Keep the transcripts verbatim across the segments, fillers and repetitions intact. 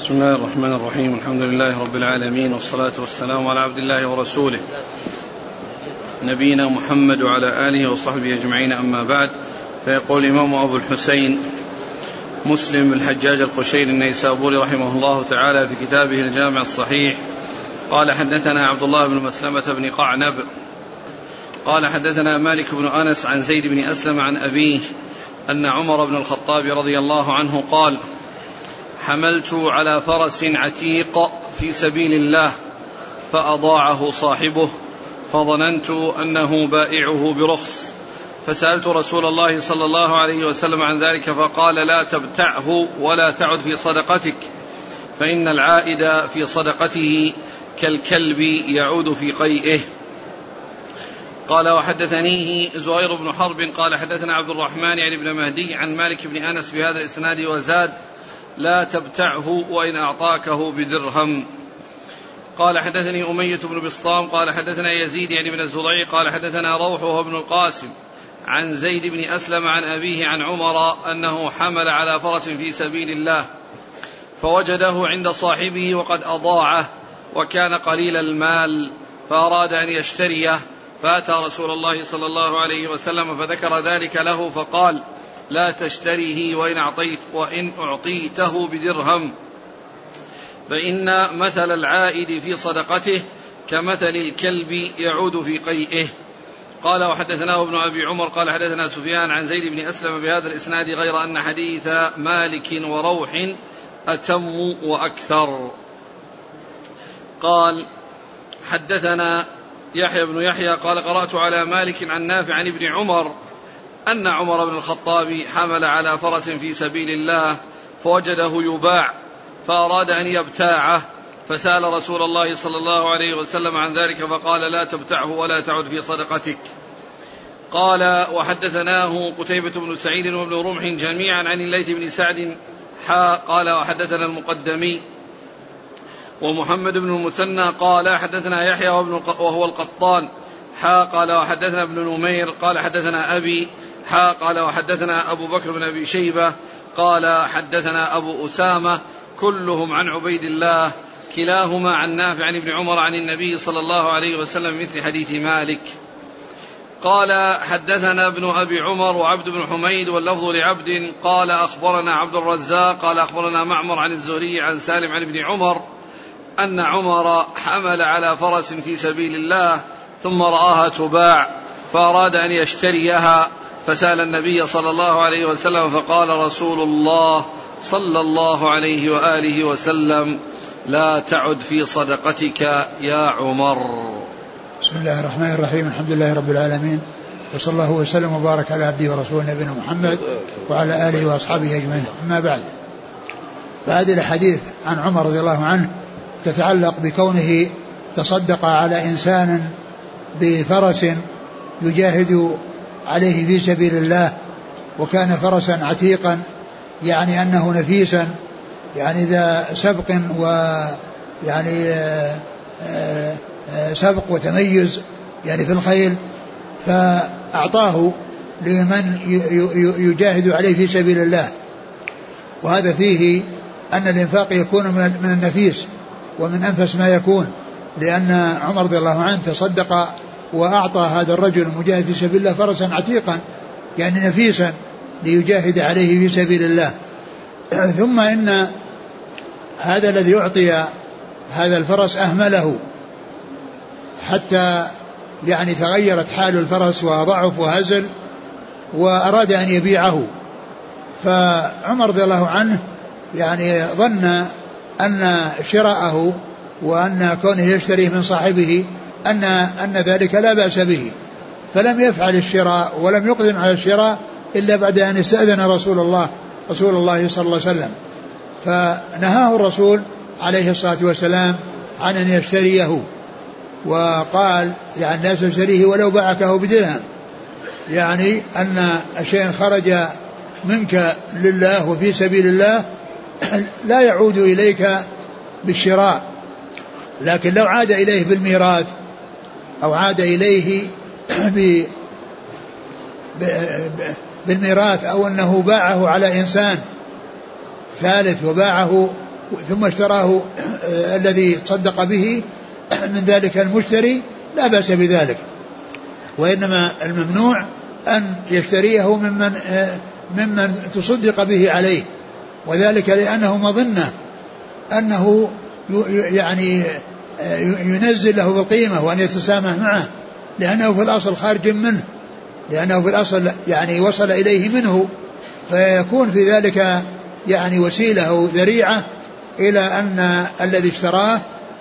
بسم الله الرحمن الرحيم. الحمد لله رب العالمين، والصلاة والسلام على عبد الله ورسوله نبينا محمد وعلى آله وصحبه أجمعين، أما بعد. فيقول الإمام أبو الحسين مسلم بن الحجاج القشيري النيسابوري رحمه الله تعالى في كتابه الجامع الصحيح قال: حدثنا عبد الله بن مسلمة بن قعنب قال: حدثنا مالك بن أنس عن زيد بن أسلم عن أبيه أن عمر بن الخطاب رضي الله عنه قال: حملت على فرس عتيق في سبيل الله فأضاعه صاحبه فظننت أنه بائعه برخص، فسألت رسول الله صلى الله عليه وسلم عن ذلك فقال: لا تبتعه ولا تعد في صدقتك، فإن العائد في صدقته كالكلب يعود في قيئه. قال: وحدثنيه زهير بن حرب قال: حدثنا عبد الرحمن يعني بن مهدي عن مالك بن أنس بهذا الإسناد وزاد: لا تبتعه وإن أعطاكه بدرهم. قال: حدثني أمية بن بسطام قال: حدثنا يزيد يعني بن الزرعي قال: حدثنا روح وهو ابن القاسم عن زيد بن أسلم عن أبيه عن عمر أنه حمل على فرس في سبيل الله فوجده عند صاحبه وقد أضاعه وكان قليل المال، فأراد أن يشتريه، فأتى رسول الله صلى الله عليه وسلم فذكر ذلك له فقال: لا تشتريه وإن, أعطيت وإن أعطيته بدرهم، فإن مثل العائد في صدقته كمثل الكلب يعود في قيئه. قال: وحدثناه ابن أبي عمر قال: حدثنا سفيان عن زيد بن أسلم بهذا الإسناد غير أن حديث مالك وروح أتم وأكثر. قال: حدثنا يحيى بن يحيى قال: قرأت على مالك عن نافع عن ابن عمر أن عمر بن الخطاب حمل على فرس في سبيل الله فوجده يباع فأراد أن يبتاعه، فسأل رسول الله صلى الله عليه وسلم عن ذلك فقال: لا تبتعه ولا تعد في صدقتك. قال: وحدثناه قتيبة بن سعيد وابن رمح جميعا عن الليث بن سعد حا قال: وحدثنا المقدمي ومحمد بن المثنى قال: حدثنا يحيى وهو القطان حا قال: وحدثنا ابن نمير قال: حدثنا أبي حا قال: وحدثنا أبو بكر بن أبي شيبة قال: حدثنا أبو أسامة كلهم عن عبيد الله كلاهما عن نافع عن ابن عمر عن النبي صلى الله عليه وسلم مثل حديث مالك. قال: حدثنا ابن أبي عمر وعبد بن حميد واللفظ لعبد قال: أخبرنا عبد الرزاق قال: أخبرنا معمر عن الزهري عن سالم عن ابن عمر أن عمر حمل على فرس في سبيل الله ثم رآها تباع فأراد أن يشتريها، فسأل النبي صلى الله عليه وسلم فقال رسول الله صلى الله عليه وآله وسلم: لا تعد في صدقتك يا عمر. بسم الله الرحمن الرحيم. الحمد لله رب العالمين، وصلى الله وسلم وبارك على عبده ورسوله نبينا محمد وعلى آله وأصحابه أجمعين، أما بعد. فهذه الحديث عن عمر رضي الله عنه تتعلق بكونه تصدق على إنسان بفرس يجاهد عليه في سبيل الله، وكان فرسا عتيقا، يعني أنه نفيسا، يعني ذا سبق ويعني سبق وتميز يعني في الخيل، فأعطاه لمن يجاهد عليه في سبيل الله. وهذا فيه أن الإنفاق يكون من النفيس ومن أنفس ما يكون، لأن عمر رضي الله عنه تصدق وأعطى هذا الرجل المجاهد في سبيل الله فرسا عتيقا، يعني نفيسا ليجاهد عليه في سبيل الله. ثم إن هذا الذي يعطي هذا الفرس أهمله حتى يعني تغيرت حال الفرس وضعف وهزل، وأراد أن يبيعه، فعمر رضي الله عنه يعني ظن أن شراءه وأن كونه يشتريه من صاحبه أن, أن ذلك لا بأس به، فلم يفعل الشراء ولم يقدم على الشراء إلا بعد أن استأذن رسول الله رسول الله صلى الله عليه وسلم، فنهاه الرسول عليه الصلاة والسلام عن أن يشتريه، وقال: يعني لا تشتريه ولو باعكه بدرهم، يعني أن شيء خرج منك لله وفي سبيل الله لا يعود إليك بالشراء، لكن لو عاد إليه بالميراث أو عاد إليه بالميراث أو أنه باعه على إنسان ثالث وباعه ثم اشتراه الذي تصدق به من ذلك المشتري لا بأس بذلك، وإنما الممنوع أن يشتريه ممن ممن تصدق به عليه، وذلك لأنه مظنة أنه يعني ينزل له بالقيمة وأن يتسامح معه، لأنه في الأصل خارج منه، لأنه في الأصل يعني وصل إليه منه، فيكون في ذلك يعني وسيلة أو ذريعة إلى أن الذي اشتراه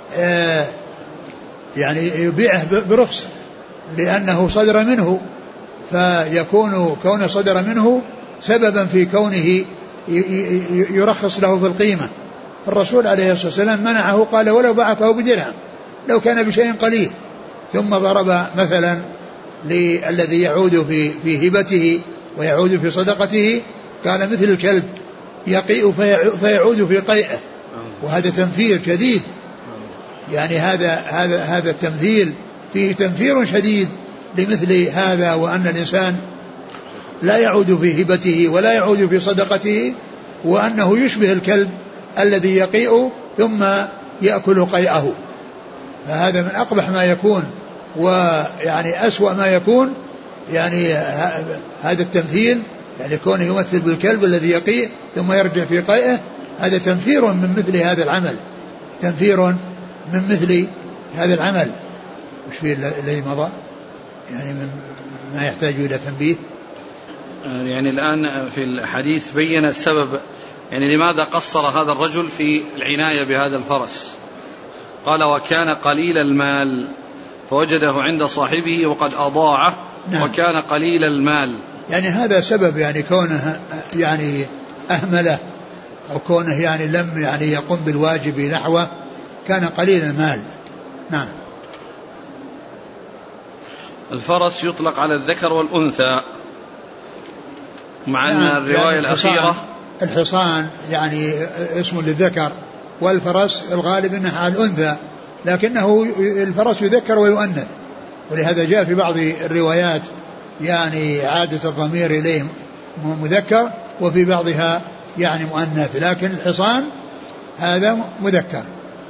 يعني يبيعه برخص لأنه صدر منه، فيكون كون صدر منه سببا في كونه يرخص له في القيمة. الرسول عليه الصلاة والسلام منعه، قال ولو باعته بدرهم لو كان بشيء قليل. ثم ضرب مثلا للذي يعود في, في هبته ويعود في صدقته، قال مثل الكلب يقيء فيعود في قيئه، وهذا تنفير شديد، يعني هذا هذا هذا التمثيل فيه تنفير شديد لمثل هذا، وأن الإنسان لا يعود في هبته ولا يعود في صدقته، وأنه يشبه الكلب الذي يقيء ثم يأكل قيئه. فهذا من أقبح ما يكون ويعني أسوأ ما يكون، يعني هذا التمثيل، يعني كونه يمثل بالكلب الذي يقيء ثم يرجع في قيئه، هذا تنفير من مثل هذا العمل، تنفير من مثل هذا العمل. مش فيه الذي مضى يعني من ما يحتاج إلى تنبيه. يعني الآن في الحديث بين السبب، يعني لماذا قصر هذا الرجل في العناية بهذا الفرس. قال وكان قليل المال فوجده عند صاحبه وقد أضاعه. نعم. وكان قليل المال، يعني هذا سبب، يعني كونه يعني أهمله أو كونه يعني لم يعني يقوم بالواجب نحوه، كان قليل المال. نعم. الفرس يطلق على الذكر والأنثى، مع أن نعم. الرواية يعني الأخيرة الحصان يعني اسم للذكر، والفرس الغالب أنه على الأنثى، لكنه الفرس يذكر ويؤنث، ولهذا جاء في بعض الروايات يعني عادة الضمير إليه مذكر، وفي بعضها يعني مؤنث، لكن الحصان هذا مذكر.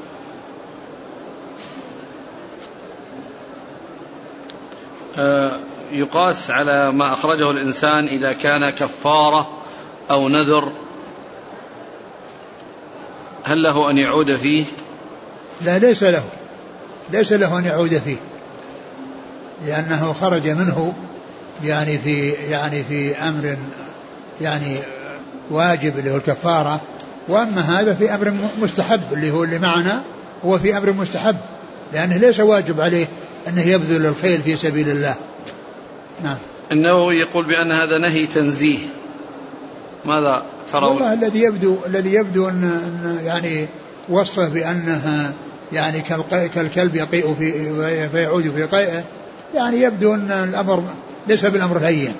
يقاس على ما أخرجه الإنسان إذا كان كفارة أو نذر، هل له أن يعود فيه؟ لا، ليس له ليس له أن يعود فيه، لأنه خرج منه يعني في يعني في أمر يعني واجب اللي هو الكفارة، وأما هذا في أمر مستحب اللي هو اللي معنا، هو في أمر مستحب، لأنه ليس واجب عليه أنه يبذل الخيل في سبيل الله. نعم. النووي يقول بأن هذا نهي تنزيه، ماذا ترون؟ والله الذي يبدو الذي يبدو أن, أن يعني وصفه بأنها يعني كالكلب يقيء في فيعود في قيئه، يعني يبدو أن الأمر ليس بالأمر الهين.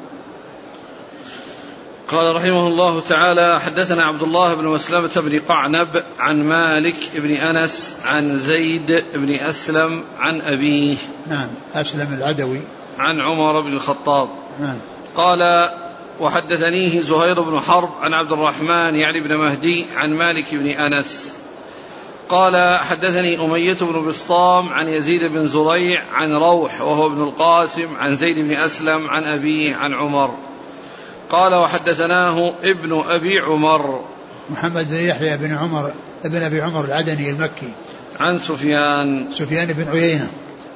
قال رحمه الله تعالى حدثنا عبد الله بن مسلمة بن قعنب عن مالك بن أنس عن زيد بن أسلم عن أبيه. نعم. أسلم العدوي. عن عمر بن الخطاب. نعم. قال وحدثنيه زهير بن حرب عن عبد الرحمن يعني بن مهدي عن مالك بن أنس قال حدثني أمية بن بسطام عن يزيد بن زريع عن روح وهو ابن القاسم عن زيد بن أسلم عن أبيه عن عمر قال وحدثناه ابن أبي عمر محمد بن يحيى بن عمر ابن أبي عمر العدني المكي عن سفيان سفيان بن عيينة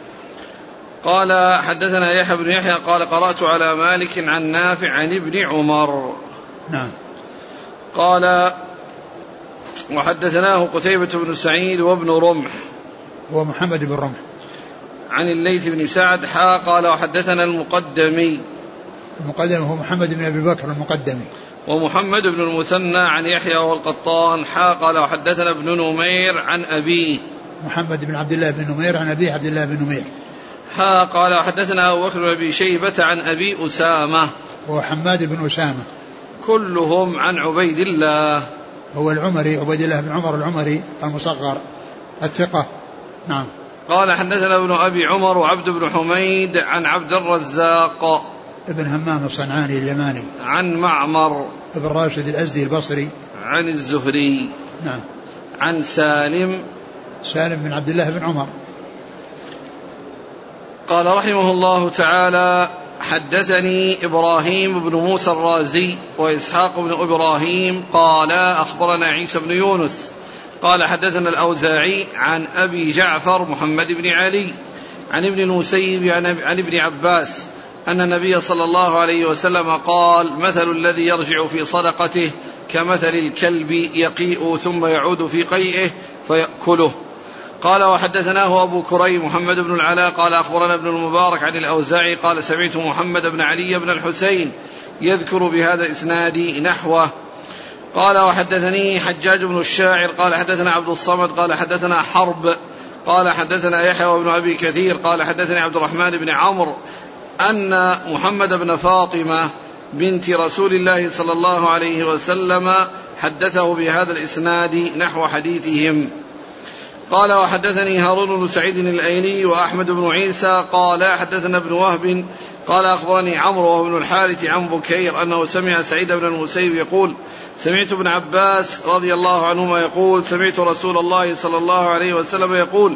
قال حدثنا يحيى بن يحيى قال قرأت على مالك عن نافع عن ابن عمر. نعم. قال وحدثناه قتيبة بن سعيد وابن رمح ومحمد بن رمح عن الليث بن سعد حا قال وحدثنا المقدمي المقدم هو محمد بن أبي بكر المقدمي ومحمد بن المثنى عن يحيى والقطان حا قال وحدثنا ابن نمير عن أبيه محمد بن عبد الله بن نمير عن أبيه عبد الله بن نمير حا قال وحدثنا أبو بكر بن أبي شيبة عن أبي أسامة وحماد بن أسامة كلهم عن عبيد الله هو العمري عبيد الله بن عمر العمري المصغر الثقة. نعم. قال حدثنا ابن أبي عمر وعبد بن حميد عن عبد الرزاق ابن همام الصنعاني اليماني عن معمر ابن راشد الأزدي البصري عن الزهري. نعم. عن سالم سالم بن عبد الله بن عمر. قال رحمه الله تعالى: حدثني إبراهيم بن موسى الرازي وإسحاق بن إبراهيم قال أخبرنا عيسى بن يونس قال حدثنا الأوزاعي عن أبي جعفر محمد بن علي عن ابن المسيب عن ابن عباس أن النبي صلى الله عليه وسلم قال: مثل الذي يرجع في صدقته كمثل الكلب يقيء ثم يعود في قيئه فيأكله. قال: وحدثناه أبو كريم محمد بن العلاء قال أخبرنا ابن المبارك عن الأوزاعي قال: سمعت محمد بن علي بن الحسين يذكر بهذا إسنادي نحوه. قال: وحدثني حجاج بن الشاعر قال حدثنا عبد الصمد قال حدثنا حرب قال حدثنا يحيى وابن أبي كثير قال حدثني عبد الرحمن بن عمرو أن محمد بن فاطمة بنت رسول الله صلى الله عليه وسلم حدثه بهذا الإسناد نحو حديثهم. قال: وحدثني هارون بن سعيد الأيلي وأحمد بن عيسى قال حدثنا ابن وهب قال أخبرني عمرو وهو ابن الحارث عن بكير أنه سمع سعيد بن المسيب يقول: سمعت ابن عباس رضي الله عنهما يقول: سمعت رسول الله صلى الله عليه وسلم يقول: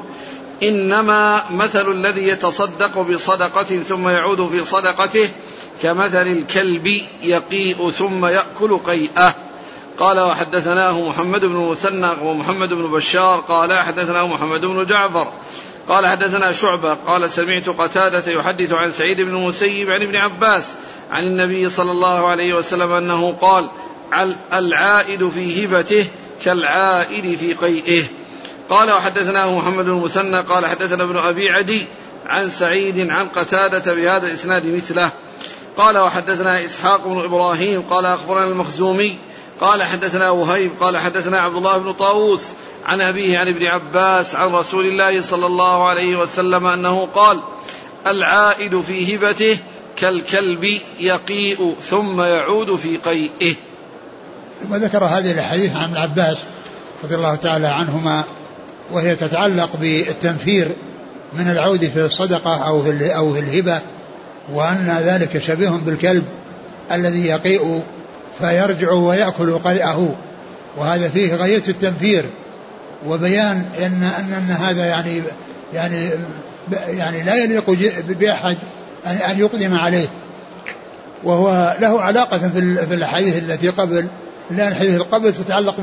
إنما مثل الذي يتصدق بصدقة ثم يعود في صدقته كمثل الكلب يقيء ثم يأكل قيئة. قال: وحدثناه محمد بن المثنى ومحمد بن بشار قال حدثناه محمد بن جعفر قال حدثنا شعبة قال: سمعت قتادة يحدث عن سعيد بن المسيب عن ابن عباس عن النبي صلى الله عليه وسلم أنه قال: العائد في هبته كالعائد في قيئه. قال: وحدثناه محمد بن المثنى قال حدثنا ابن أبي عدي عن سعيد عن قتادة بهذا الإسناد مثله. قال: وحدثنا إسحاق بن إبراهيم قال أخبرنا المخزومي قال حدثنا وهيب قال حدثنا عبد الله بن طاووس عن أبيه عن ابن عباس عن رسول الله صلى الله عليه وسلم أنه قال: العائد في هبته كالكلب يقيء ثم يعود في قيئه. ثم ذكر هذه الحديث عن ابن عباس رضي الله تعالى عنهما، وهي تتعلق بالتنفير من العود في الصدقة أو في أو في الهبة، وأن ذلك شبيه بالكلب الذي يقيء فيرجع ويأكل قيئه، وهذا فيه غاية التنفير وبيان أن أن, أن هذا يعني يعني يعني لا يليق بأحد أن يقدم عليه، وهو له علاقة في الحديث التي قبل، لأن الحديث قبل تتعلق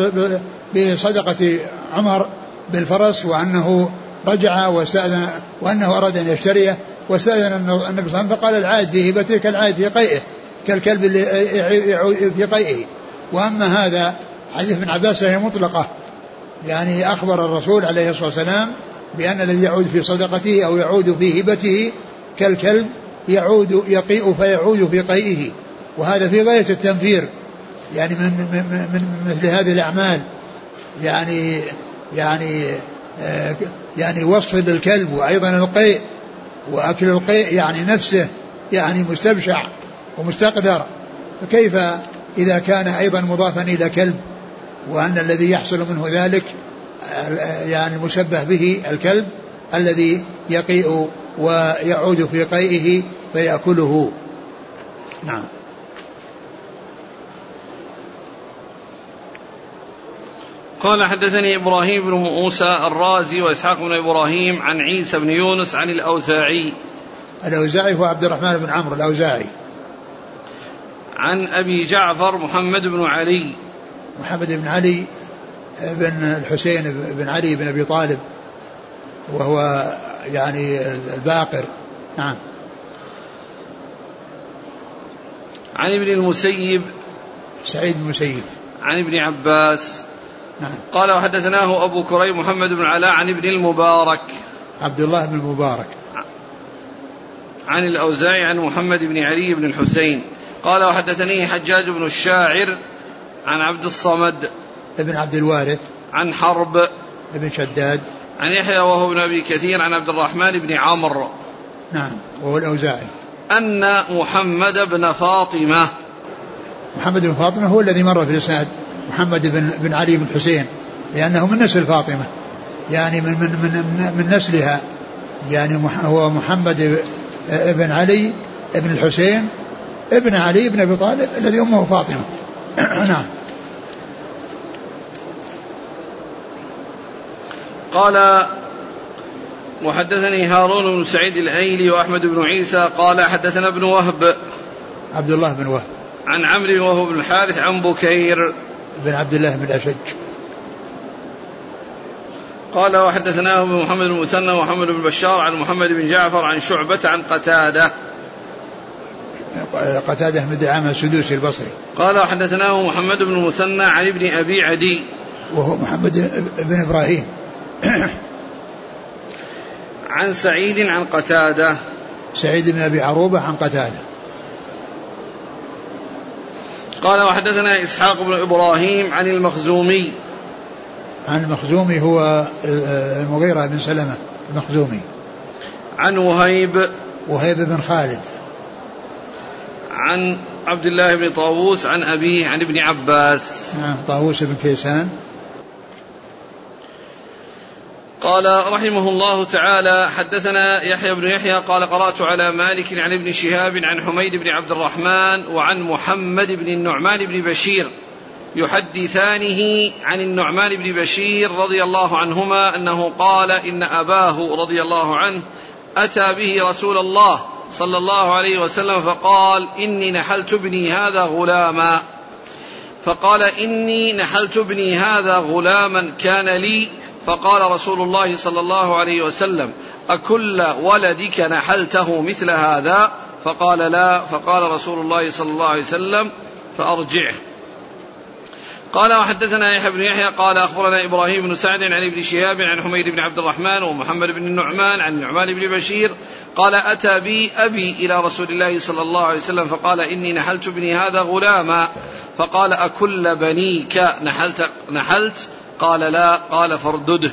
بصدقة عمر بالفرس، وأنه رجع واستأذن وأنه أراد أن يشتريه واستأذن النبي صلى الله عليه وسلم فقال: العائد في هبته كالعائد في قيئه كالكلب اللي في قيئه. وأما هذا حديث ابن عباس هي مطلقة، يعني أخبر الرسول عليه الصلاة والسلام بأن الذي يعود في صدقته أو يعود في هبته كالكلب يعود يقيء فيعود في قيئه، وهذا في غاية التنفير يعني من, من, من مثل هذه الأعمال، يعني يعني آه يعني وصف للكلب وأيضا القيء، وأكل القيء يعني نفسه يعني مستبشع ومستقدر، فكيف إذا كان أيضا مضافا إلى كلب، وأن الذي يحصل منه ذلك يعني المشبه به الكلب الذي يقيء ويعود في قيئه فيأكله. نعم. قال: حدثني إبراهيم بن موسى الرازي وإسحاق بن إبراهيم عن عيسى بن يونس عن الأوزاعي. الأوزاعي هو عبد الرحمن بن عمرو الأوزاعي. عن أبي جعفر محمد بن علي محمد بن علي بن الحسين بن علي بن أبي طالب، وهو يعني الباقر. نعم. عن ابن المسيب سعيد بن المسيب عن ابن عباس. نعم. قال: وحدثناه أبو كريم محمد بن علاء عن ابن المبارك عبد الله بن المبارك عن الأوزاعي عن محمد بن علي بن الحسين. قال: وحدثني حجاج بن الشاعر عن عبد الصمد ابن عبد الوارث عن حرب ابن شداد عن يحيى وهو ابن أبي كثير عن عبد الرحمن بن عمرو. نعم. وهو الأوزاعي. أن محمد بن فاطمة محمد بن فاطمة هو الذي مر في الإسناد، محمد بن, بن علي بن حسين، لأنه من نسل فاطمة، يعني من, من, من, من نسلها، يعني هو محمد بن علي بن الحسين ابن علي بن أبي طالب الذي أمه فاطمة. نعم. قال وحدثني هارون بن سعيد الأيلي وأحمد بن عيسى قال حدثنا ابن وهب عبد الله بن وهب عن عمرو وهو بن الحارث عن بكير بن عبد الله بن الأشج قال وحدثناه محمد بن المثنى ومحمد بن بشار عن محمد بن جعفر عن شعبة عن قتادة قتادة بن دعامة السدوسي البصري قال وحدثناه محمد بن المثنى عن ابن أبي عدي وهو محمد بن إبراهيم عن سعيد عن قتادة سعيد بن أبي عروبة عن قتادة قال وحدثنا إسحاق بن إبراهيم عن المخزومي عن المخزومي هو المغيرة بن سلمة المخزومي عن وهيب وهيب بن خالد عن عبد الله بن طاووس عن أبيه عن ابن عباس نعم طاووس بن كيسان قال رحمه الله تعالى حدثنا يحيى بن يحيى قال قرأت على مالك عن ابن شهاب عن حميد بن عبد الرحمن وعن محمد بن النعمان بن بشير يحدثانه عن النعمان بن بشير رضي الله عنهما أنه قال إن أباه رضي الله عنه أتى به رسول الله صلى الله عليه وسلم فقال إني نحلت ابني هذا غلاما فقال إني نحلت ابني هذا غلاما كان لي فقال رسول الله صلى الله عليه وسلم أكل ولدك نحلته مثل هذا فقال لا فقال رسول الله صلى الله عليه وسلم فأرجعه قال وحدثنا يحيى بن يحيى قال أخبرنا إبراهيم بن سعد عن ابن شهاب عن حميد بن عبد الرحمن ومحمد بن النعمان عن النعمان بن بشير قال أتى بي أبي إلى رسول الله صلى الله عليه وسلم فقال إني نحلت ابني هذا غلاما فقال أكل بنيك نحلت, نحلت قال لا قال فاردده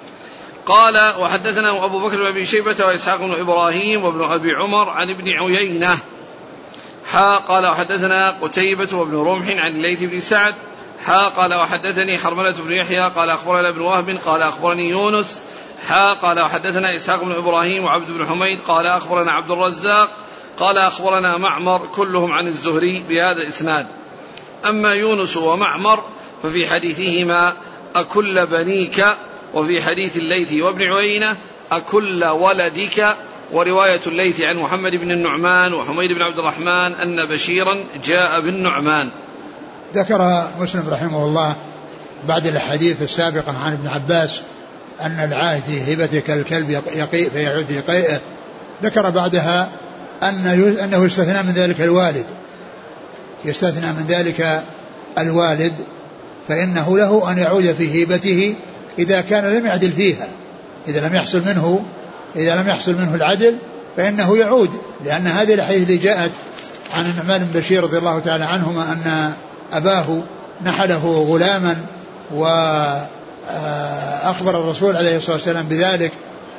قال وحدثنا أبو بكر بن أبي شيبة وإسحاق بن إبراهيم وابن أبي عمر عن ابن عيينة حا قال وحدثنا قتيبة وابن رمح عن الليث بن سعد حا قال وحدثني حرملة بن يحيى قال أخبرنا ابن وهب قال أخبرني يونس حا قال وحدثنا إسحاق بن إبراهيم وعبد بن حميد قال أخبرنا عبد الرزاق قال أخبرنا معمر كلهم عن الزهري بهذا الإسناد أما يونس ومعمر ففي حديثهما أكل بنيك وفي حديث الليث وابن عيينة أكل ولدك ورواية الليث عن محمد بن النعمان وحميد بن عبد الرحمن أن بشيرا جاء بالنعمان. ذكر مسلم رحمه الله بعد الحديث السابقة عن ابن عباس أن العاهد هبتك الكلب يقيء فيعود يقيئه ذكر بعدها أن أنه يستثنى من ذلك الوالد يستثنى من ذلك الوالد فإنه له أن يعود في هبته إذا كان لم يعدل فيها إذا لم يحصل منه إذا لم يحصل منه العدل فإنه يعود لأن هذه الحديث اللي جاءت عن النعمان بن بشير رضي الله تعالى عنهما أن أباه نحله غلاما وأخبر الرسول عليه الصلاة والسلام بذلك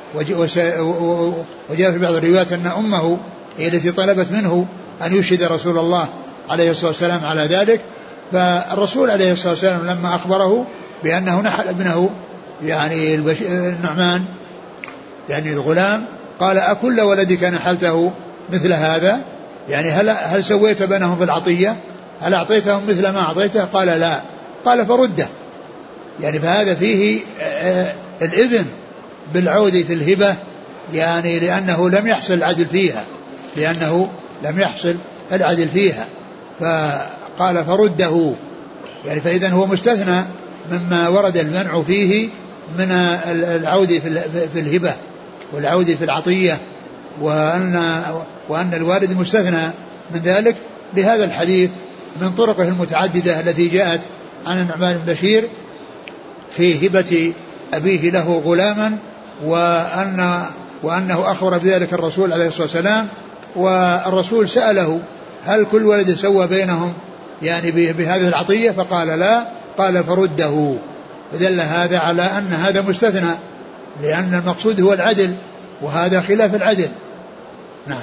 وجاء في بعض الروايات أن أمه هي التي طلبت منه أن يشهد رسول الله عليه الصلاة والسلام على ذلك فالرسول عليه الصلاة والسلام لما أخبره بأنه نحل ابنه يعني النعمان يعني الغلام قال أكل ولدك نحلته مثل هذا يعني هل, هل سويت بينهم بالعطية هل أعطيتهم مثل ما أعطيته قال لا قال فرده يعني فهذا فيه الإذن بالعود في الهبة يعني لأنه لم يحصل العدل فيها لأنه لم يحصل العدل فيها فقال فرده يعني فإذا هو مستثنى مما ورد المنع فيه من العود في الهبة والعود في العطية وأن, وأن الوالد مستثنى من ذلك بهذا الحديث من طرقه المتعددة التي جاءت عن النعمان بن بشير في هبة أبيه له غلاما وأن وأنه أخبر بذلك الرسول عليه الصلاة والسلام والرسول سأله هل كل ولد سوى بينهم يعني بهذه العطية فقال لا قال فرده فدل هذا على أن هذا مستثنى لأن المقصود هو العدل وهذا خلاف العدل. نعم.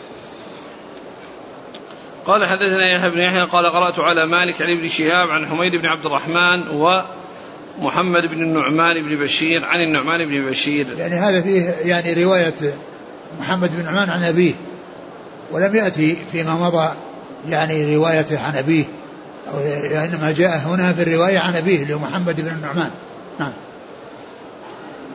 قال حدثنا يحيى بن يحيى قال قرأت على مالك عن ابن شهاب عن حميد بن عبد الرحمن ومحمد بن النعمان بن بشير عن النعمان بن بشير يعني هذا فيه يعني رواية محمد بن النعمان عن أبيه ولم يأتي فيما مضى يعني روايته عن أبيه إنما جاء هنا في الرواية عن أبيه اللي هو محمد بن النعمان. نعم.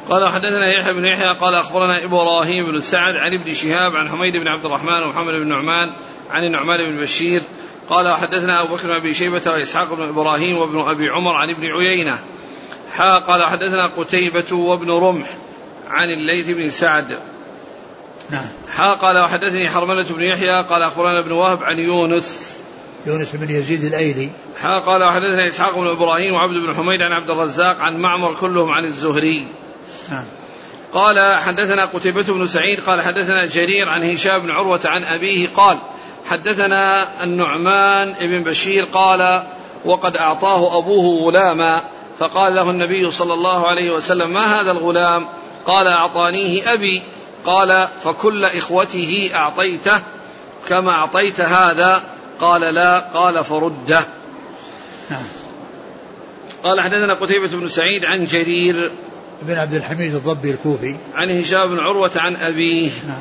قال حدثنا يحيى بن يحيى قال أخبرنا إبراهيم بن سعد عن ابن شهاب عن حميد بن عبد الرحمن ومحمد بن نعمان عن النعمان بن بشير قال حدثنا أبو بكر بن أبي شيبة وإسحاق بن إبراهيم وابن أبي عمر عن ابن عيينة حا قال حدثنا قتيبة وابن رمح عن الليث بن سعد نعم. حا قال وحدثني حرملة بن يحيى قال أخبرنا ابن وهب عن يونس يونس بن يزيد الأيلي حا قال وحدثنا إسحاق بن إبراهيم وعبد بن حميد عن عبد الرزاق عن معمر كلهم عن الزهري. نعم. قال حدثنا قتيبة بن سعيد قال حدثنا جرير عن هشام بن عروة عن أبيه قال حدثنا النعمان بن بشير قال وقد أعطاه أبوه غلاما فقال له النبي صلى الله عليه وسلم ما هذا الغلام؟ قال أعطانيه أبي. قال فكل إخوته أعطيته كما أعطيت هذا؟ قال لا. قال فرده. نعم. قال حدثنا قتيبة بن سعيد عن جرير بن عبد الحميد الضبي الكوفي عن هشام بن عروة عن أبيه. نعم.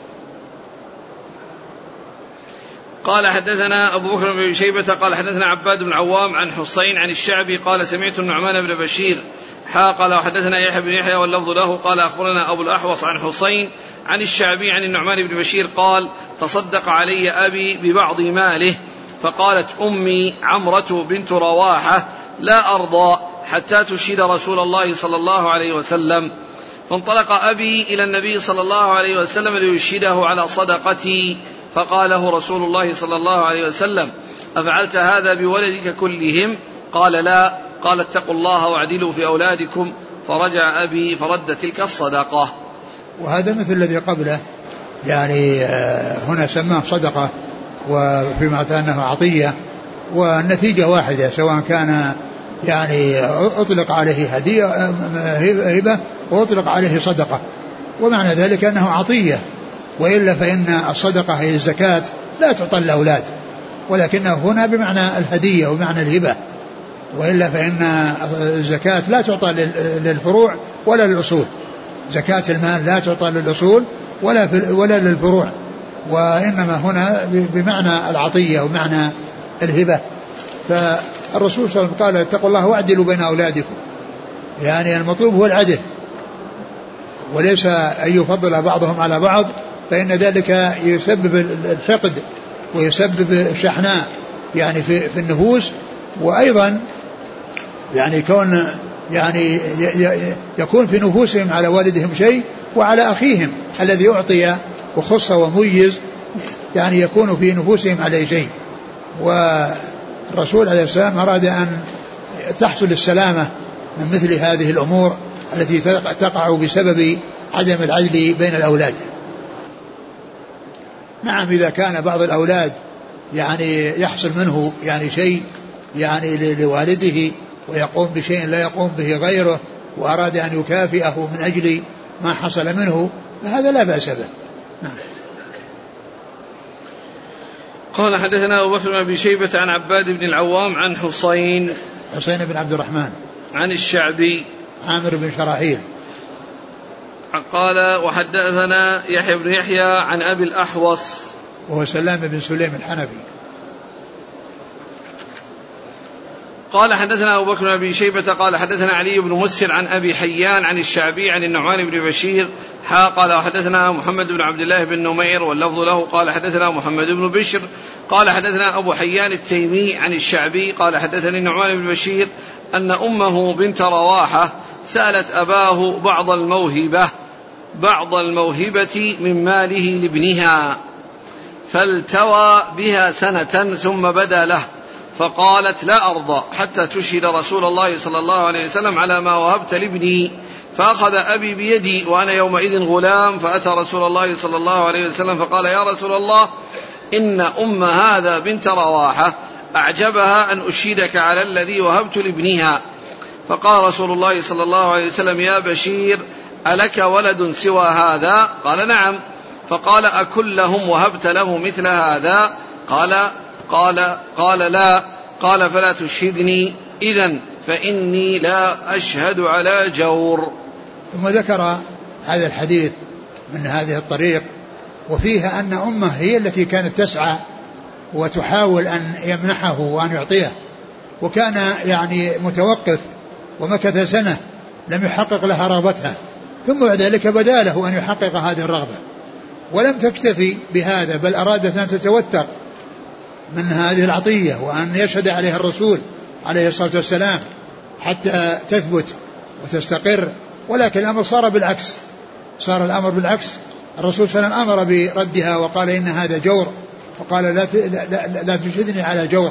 قال حدثنا أبو بكر بن شيبة قال حدثنا عباد بن عوام عن حسين عن الشعبي قال سمعت النعمان بن بشير حا قال وحدثنا يحيى بن يحيى واللفظ له قال أخبرنا أبو الأحوص عن حسين عن الشعبي عن النعمان بن بشير قال تصدق علي أبي ببعض ماله فقالت أمي عمرة بنت رواحة لا أرضى حتى تشهد رسول الله صلى الله عليه وسلم. فانطلق أبي إلى النبي صلى الله عليه وسلم ليشهده على صدقتي فقاله رسول الله صلى الله عليه وسلم أفعلت هذا بولدك كلهم؟ قال لا. قال اتقوا الله واعدلوا في أولادكم. فرجع أبي فرد تلك الصدقة. وهذا مثل الذي قبله يعني هنا سماه صدقة وفيما أتى عطية والنتيجة واحدة سواء كان يعني أطلق عليه هدية هبة وأطلق عليه صدقة ومعنى ذلك أنه عطية وإلا فإن الصدقة هي الزكاة لا تعطى الأولاد ولكنه هنا بمعنى الهدية وبمعنى الهبة وإلا فإن الزكاة لا تعطى للفروع ولا للأصول. زكاة المال لا تعطى للأصول ولا ولا للفروع وإنما هنا بمعنى العطية ومعنى الهبة. فالرسول صلى الله عليه وسلم قال اتقوا الله واعدلوا بين أولادكم يعني المطلوب هو العدل وليس أن يفضل بعضهم على بعض فإن ذلك يسبب الحقد ويسبب الشحناء يعني في, في النفوس وأيضا يعني كون يعني يكون في نفوسهم على والدهم شيء وعلى أخيهم الذي أعطي وخص وميز يعني يكون في نفوسهم عليه شيء. والرسول عليه السلام أراد أن تحصل السلامة من مثل هذه الأمور التي تقع بسبب عدم العدل بين الأولاد. نعم إذا كان بعض الأولاد يعني يحصل منه يعني شيء يعني لوالده ويقوم بشيء لا يقوم به غيره وأراد أن يكافئه من أجل ما حصل منه فهذا لا بأس به. نعم. قال حدثنا أبو بكر بن أبي شيبة عن عباد بن العوام عن حسين حسين بن عبد الرحمن عن الشعبي عامر بن شراحيل قال وحدثنا يحيى بن يحيى عن أبي الأحوص وهو سلام بن سليم الحنفي قال حدثنا أبو بكر بن أبي شيبة قال حدثنا علي بن مسهر عن أبي حيان عن الشعبي عن النعمان بن بشير حا قال وحدثنا محمد بن عبد الله بن نمير واللفظ له قال حدثنا محمد بن بشر قال حدثنا أبو حيان التيمي عن الشعبي قال حدثني النعمان بن بشير أن أمه بنت رواحة سألت أباه بعض الموهبة بعض الموهبة من ماله لابنها فالتوى بها سنة ثم بدا له فقالت لا أرضى حتى تشهد رسول الله صلى الله عليه وسلم على ما وهبت لابني. فأخذ أبي بيدي وأنا يومئذ غلام فأتى رسول الله صلى الله عليه وسلم فقال يا رسول الله إن أم هذا بنت رواحة أعجبها أن أشهدك على الذي وهبت لابنها. فقال رسول الله صلى الله عليه وسلم يا بشير ألك ولد سوى هذا؟ قال نعم. فقال أكلهم وهبت له مثل هذا؟ قال قال قال لا. قال فلا تشهدني إذن فإني لا أشهد على جور. ثم ذكر هذا الحديث من هذه الطريق وفيها أن أمه هي التي كانت تسعى وتحاول أن يمنحه وأن يعطيه وكان يعني متوقف ومكث سنة لم يحقق لها رغبتها ثم بعد ذلك بدا له أن يحقق هذه الرغبة، ولم تكتفي بهذا بل أرادت أن تتوثق من هذه العطية وأن يشهد عليها الرسول عليه الصلاة والسلام حتى تثبت وتستقر. ولكن الأمر صار بالعكس، صار الأمر بالعكس. الرسول صلى الله عليه وسلم أمر بردها وقال إن هذا جور، وقال لا, لا, لا تشهدني على جور،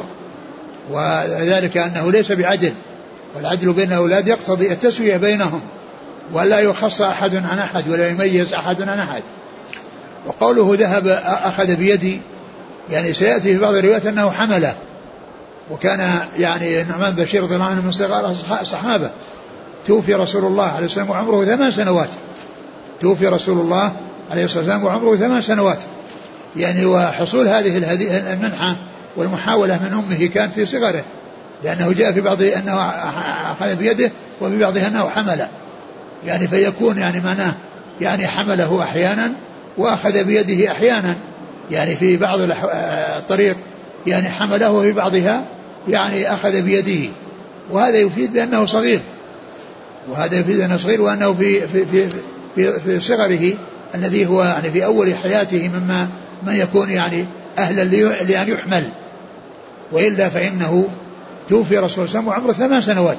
وذلك أنه ليس بعدل، والعدل بين الأولاد يقتضي التسوية بينهم ولا يخص أحد عن أحد ولا يميز أحد عن أحد. وقوله ذهب أخذ بيدي يعني سيأتي في بعض الروايات أنه حمله، وكان يعني النعمان بشير رضي الله عنه من صغار الصحابة. توفي رسول الله عليه الصلاة والسلام وعمره ثمان سنوات، توفي رسول الله عليه الصلاة والسلام وعمره ثمان سنوات يعني. وحصول هذه المنحة والمحاولة من أمه كانت في صغره، لأنه جاء في بعض أنه أخذ بيده وفي بعضها أنه حمله يعني، فيكون يعني معناه يعني حمله أحيانا وأخذ بيده أحيانا يعني في بعض الطريق يعني حمله وفي بعضها يعني أخذ بيده. وهذا يفيد بأنه صغير، وهذا يفيد أنه صغير وأنه في في في في, في صغره الذي هو يعني في أول حياته مما من يكون يعني أهلا لأن يحمل. وإلا فإنه توفي رسول الله صلى الله عليه وسلم وعمره ثمان سنوات،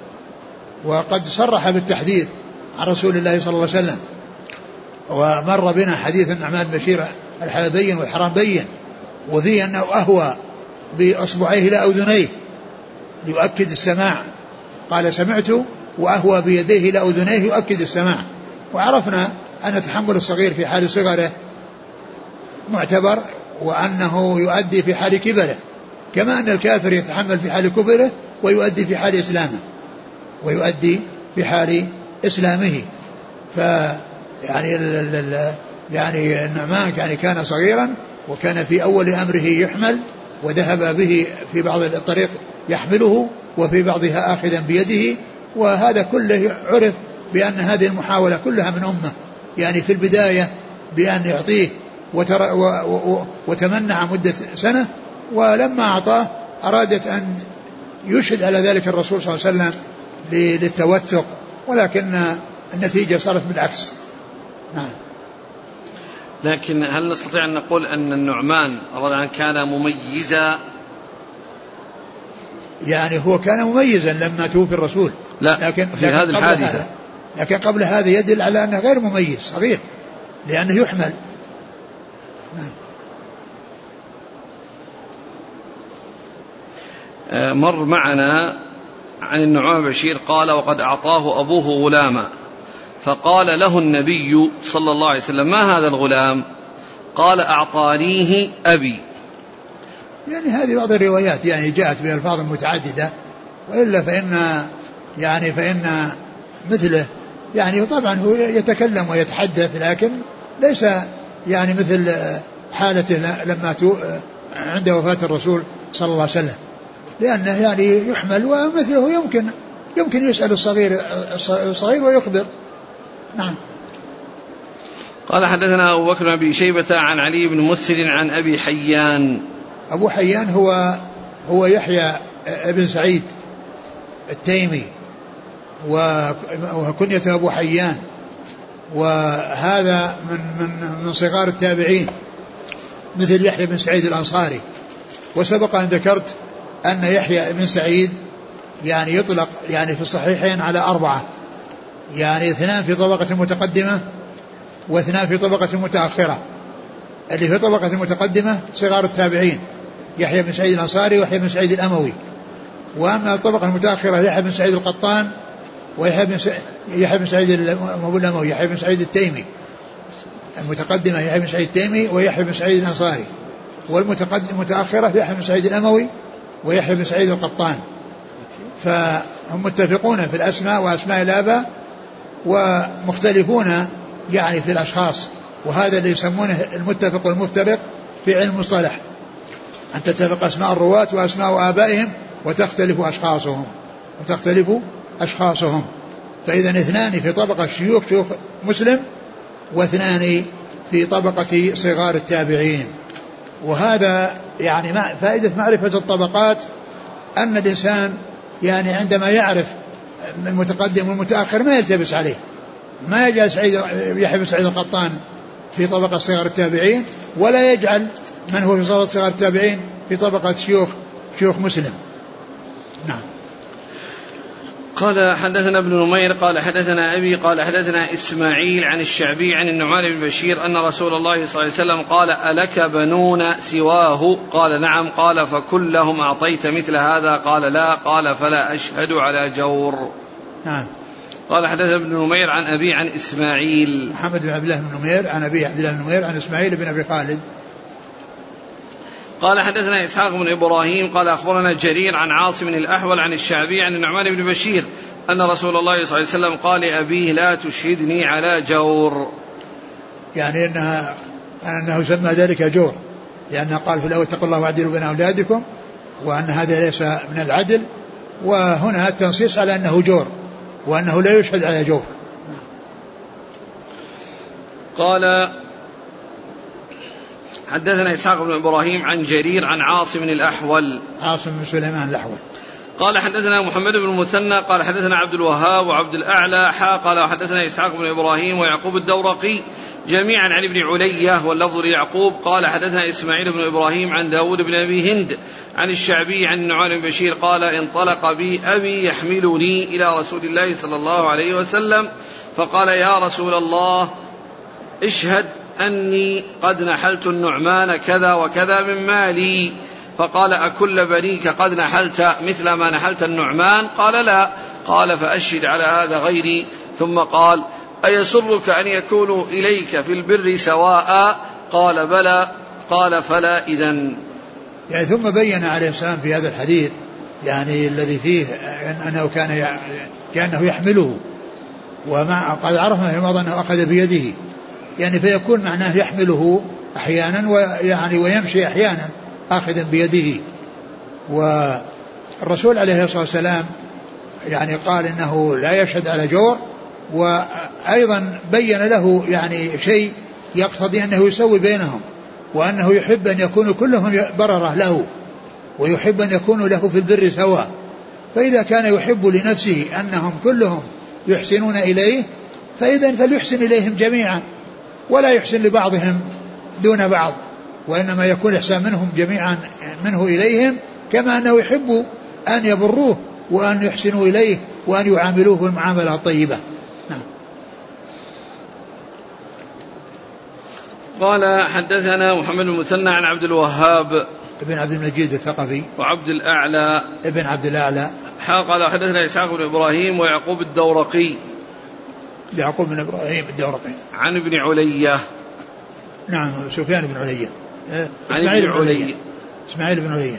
وقد صرح بالتحديث عن رسول الله صلى الله عليه وسلم. ومر بنا حديث النعمان بشير الحلال بين والحرام بين، وفيه أنه أهوى بأصبعيه إلى أذنيه ليؤكد السماع، قال سمعت وأهوى بيديه إلى أذنيه يؤكد السماع. وعرفنا أن تحمل الصغير في حال صغره معتبر، وأنه يؤدي في حال كبره، كما أن الكافر يتحمل في حال كبره ويؤدي في حال إسلامه ويؤدي في حال إسلامه. ف يعني يعني النعمان يعني كان صغيرا وكان في أول أمره يحمل، وذهب به في بعض الطريق يحمله وفي بعضها آخذا بيده. وهذا كله عرف بأن هذه المحاولة كلها من أمه يعني في البداية بأن يعطيه وتمنع مدة سنة، ولما أعطاه أرادت أن يشهد على ذلك الرسول صلى الله عليه وسلم للتوثق، ولكن النتيجة صارت بالعكس. نعم. لكن هل نستطيع أن نقول أن النعمان رضي الله عنه كان مميزا؟ يعني هو كان مميزا لما توفي الرسول، لا لكن في هذه الحادثة هذا لكن قبل هذا يدل على أنه غير مميز، صغير لأنه يحمل. نعم. مر معنا عن النعمان بشير قال وقد أعطاه أبوه غلاما، فقال له النبي صلى الله عليه وسلم ما هذا الغلام؟ قال أعطانيه أبي. يعني هذه بعض الروايات يعني جاءت بألفاظ متعددة، وإلا فإن يعني فإن مثله يعني طبعا هو يتكلم ويتحدث، لكن ليس يعني مثل حالته لما عند وفاة الرسول صلى الله عليه وسلم، لأنه يعني يحمل ومثله يمكن يمكن يسأل الصغير الصغير ويخبر. نعم. قال حدثنا أبو بكر بن أبي شيبة عن علي بن مسهر عن أبي حيان. أبو حيان هو هو يحيى ابن سعيد التيمي، وكنيته أبو حيان، وهذا من من من صغار التابعين مثل يحيى بن سعيد الأنصاري. وسبق أن ذكرت أن يحيى بن سعيد يعني يطلق يعني في الصحيحين على أربعة، يعني اثنان في طبقة متقدمة واثنان في طبقة متأخرة. اللي في طبقة المتقدمة صغار التابعين يحيى بن سعيد الأنصاري ويحيى بن سعيد الأموي، وأما الطبقة المتأخرة يحيى بن سعيد القطان ويحيى بن يحيى بن سعيد الأموي يحيى بن سعيد التيمي. المتقدمة يحيى بن سعيد التيمي ويحيى بن سعيد الأنصاري، والمتقدم المتأخرة يحيى بن سعيد الأموي ويحيى بن سعيد القطان. فهم متفقون في الأسماء وأسماء الآباء ومختلفون يعني في الأشخاص، وهذا اللي يسمونه المتفق والمفترق في علم المصطلح، أن تتفق أسماء الرواة وأسماء آبائهم وتختلف أشخاصهم وتختلف أشخاصهم. فإذا اثنان في طبقة شيوخ شيوخ مسلم، واثنان في طبقة صغار التابعين. وهذا يعني فائدة معرفة الطبقات، أن الإنسان يعني عندما يعرف المتقدم والمتأخر ما يلتبس عليه، ما يجعل سعيد يحيى بن سعيد القطان في طبقة صغار التابعين، ولا يجعل من هو في طبقة صغار التابعين في طبقة شيوخ شيوخ مسلم. نعم. قال حدثنا ابن نمير قال حدثنا أبي قال حدثنا إسماعيل عن الشعبي عن النعمان بن بشير أن رسول الله صلى الله عليه وسلم قال ألك بنون سواه؟ قال نعم. قال فكلهم أعطيت مثل هذا؟ قال لا. قال فلا أشهد على جور. نعم. قال حدثنا ابن نمير عن أبي عن إسماعيل محمد بن عبد الله بن نمير عن أبي عبد الله بن نمير عن إسماعيل بن أبي خالد قال حدثنا إسحاق بن إبراهيم قال أخبرنا جرير عن عاصم الأحول عن الشعبي عن النعمان بن بشير أن رسول الله صلى الله عليه وسلم قال لأبيه لا تشهدني على جور، يعني إنها أنه سمى ذلك جور، لأنه قال في الأول اتقوا الله واعدلوا بين أولادكم، وأن هذا ليس من العدل، وهنا التنصيص على أنه جور وأنه لا يشهد على جور. قال حدثنا إسحاق بن إبراهيم عن جرير عن عاصم الأحول عاصم بن سليمان الأحول قال حدثنا محمد بن المثنى قال حدثنا عبد الوهاب وعبد الأعلى حا قال وحدثنا إسحاق بن إبراهيم ويعقوب الدورقي جميعا عن ابن علية واللفظ ليعقوب قال حدثنا إسماعيل بن إبراهيم عن داود بن أبي هند عن الشعبي عن النعمان بن بشير قال انطلق بي أبي يحملني إلى رسول الله صلى الله عليه وسلم فقال يا رسول الله اشهد أني قد نحلت النعمان كذا وكذا من مالي. فقال أكل بنيك قد نحلت مثل ما نحلت النعمان؟ قال لا. قال فأشهد على هذا غيري. ثم قال أيسرك أن يكونوا إليك في البر سواء؟ قال بلى. قال فلا إذن. يعني ثم بين عليه السلام في هذا الحديث يعني الذي فيه أنه كان كأنه يحمله، وما قد عرفنا في الماضي أنه أخذ بيده، يعني فيكون معناه يحمله أحيانا ويعني ويمشي أحيانا آخذا بيده. والرسول عليه الصلاة والسلام يعني قال إنه لا يشهد على جور، وأيضا بين له يعني شيء يقتضي أنه يسوي بينهم، وأنه يحب أن يكونوا كلهم بررة له، ويحب أن يكونوا له في البر سواء. فإذا كان يحب لنفسه أنهم كلهم يحسنون إليه فإذا فليحسن إليهم جميعا، ولا يحسن لبعضهم دون بعض، وإنما يكون إحسان منهم جميعا منه إليهم، كما أنه يحب أن يبروه وأن يحسنوا إليه وأن يعاملوه بالمعاملة الطيبة. نعم. قال حدثنا محمد المثنى عن عبد الوهاب ابن عبد المجيد الثقفي وعبد الأعلى ابن عبد الأعلى قال حدثنا إسحاق بن إبراهيم ويعقوب الدورقي يعقوب بن إبراهيم الدورقي عن ابن علية. نعم سفيان بن علية عن ابن علية إسماعيل بن علية.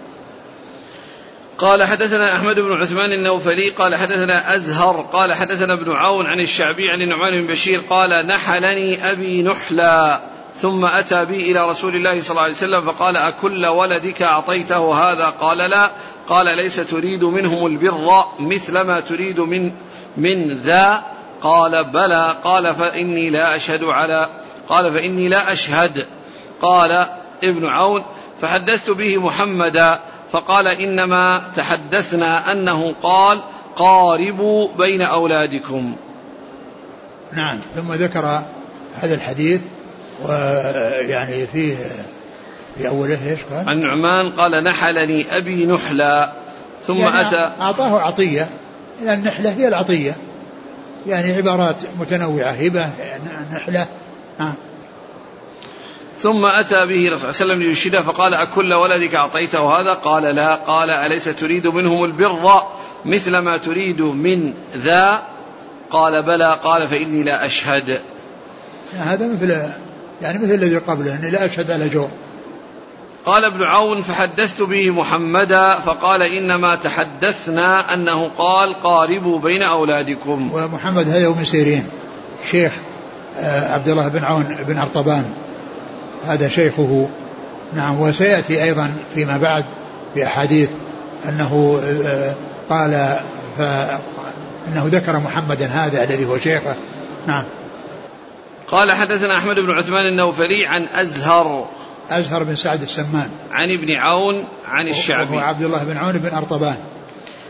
قال حدثنا أحمد بن عثمان النوفلي قال حدثنا أزهر قال حدثنا ابن عون عن الشعبي عن النعمان بن بشير قال نحلني أبي نحلا ثم أتى بي إلى رسول الله صلى الله عليه وسلم فقال أكل ولدك أعطيته هذا؟ قال لا. قال ليس تريد منهم البر مثل ما تريد من من ذا؟ قال بلى. قال فإني لا أشهد على قال فإني لا أشهد. قال ابن عون فحدثت به محمدا فقال إنما تحدثنا أنه قال قاربوا بين أولادكم. نعم. ثم ذكر هذا الحديث ويعني فيه في أوله إيش قال؟ النعمان قال نحلني أبي نحلا ثم يعني أتى أعطاه عطية، يعني النحلة هي العطية، يعني عبارات متنوعة، هبة نحلة. آه. ثم أتى به رسول الله صلى الله عليه وسلم ليشهده فقال أكل ولدك أعطيته هذا؟ قال لا. قال أليس تريد منهم البر مثل ما تريد من ذا؟ قال بلى. قال فإني لا أشهد. هذا مثل يعني مثل الذي قبله أني لا أشهد على جور. قال ابن عون فحدثت به محمدا فقال إنما تحدثنا أنه قال قاربوا بين أولادكم. ومحمد هذا من سيرين شيخ عبد الله بن عون بن أرطبان، هذا شيخه. نعم. وسيأتي أيضا فيما بعد في أحاديث أنه قال فإنه ذكر محمدا هذا الذي هو شيخه. نعم. قال حدثنا أحمد بن عثمان النوفلي عن أزهر أزهر بن سعد السمان عن ابن عون عن الشعبي وهو عبد الله بن عون بن أرطبان.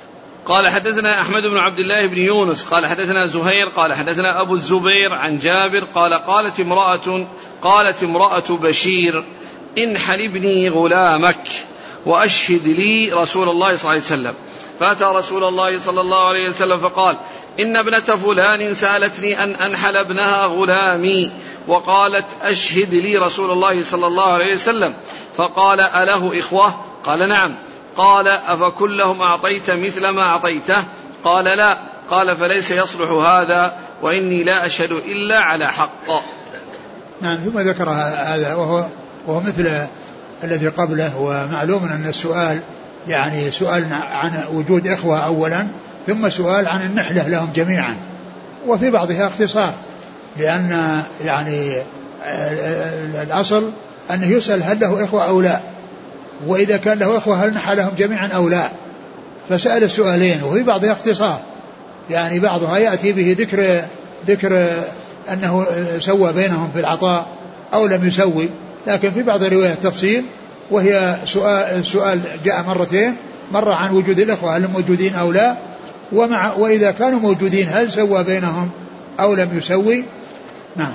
قال حدثنا أحمد بن عبد الله بن يونس قال حدثنا زهير قال حدثنا أبو الزبير عن جابر قال قالت امرأة قالت امرأة بشير انحل ابني غلامك وأشهد لي رسول الله صلى الله عليه وسلم. فأتى رسول الله صلى الله عليه وسلم فقال إن ابنة فلان سألتني أن أنحل ابنها غلامي وقالت أشهد لي رسول الله صلى الله عليه وسلم. فقال أله إخوة؟ قال نعم. قال أفكلهم أعطيت مثل ما أعطيته؟ قال لا. قال فليس يصلح هذا وإني لا أشهد إلا على حق. نعم. ثم ذكر هذا وهو, وهو مثل الذي قبله. ومعلوم أن السؤال يعني سؤال عن وجود إخوة أولا ثم سؤال عن النحلة لهم جميعا وفي بعضها اختصار لأن يعني الأصل أنه يسأل هل له إخوة أو لا وإذا كان له إخوة هل نحلهم جميعا أو لا فسأل السؤالين وفي بعضها اختصار يعني بعضها يأتي به ذكر ذكر أنه سوى بينهم في العطاء أو لم يسوي لكن في بعض الروايات تفصيل وهي سؤال, سؤال جاء مرتين مرة عن وجود الإخوة هل موجودين أو لا ومع وإذا كانوا موجودين هل سوى بينهم أو لم يسوي. نعم.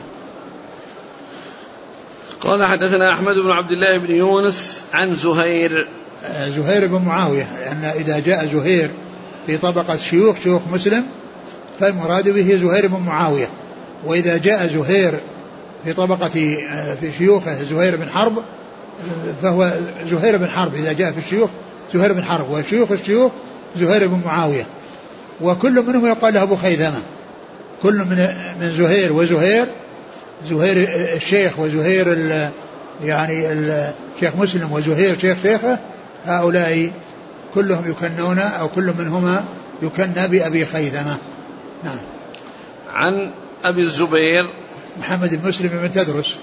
قال حدثنا أحمد بن عبد الله بن يونس عن زهير زهير بن معاوية لأن إذا جاء زهير في طبقة شيوخ شيوخ مسلم فالمراد به زهير بن معاوية وإذا جاء زهير في طبقة في شيوخه زهير بن حرب فهو زهير بن حرب إذا جاء في الشيوخ زهير بن حرب وشيوخ الشيوخ زهير بن معاوية وكل منهم يقال له أبو خيثمة كل من من زهير وزهير زهير الشيخ وزهير ال يعني الشيخ مسلم وزهير شيخ شيخه هؤلاء كلهم يكنون أو كل منهما يكنى بأبي خيثمة. نعم. عن أبي الزبير محمد بن مسلم بن تدرس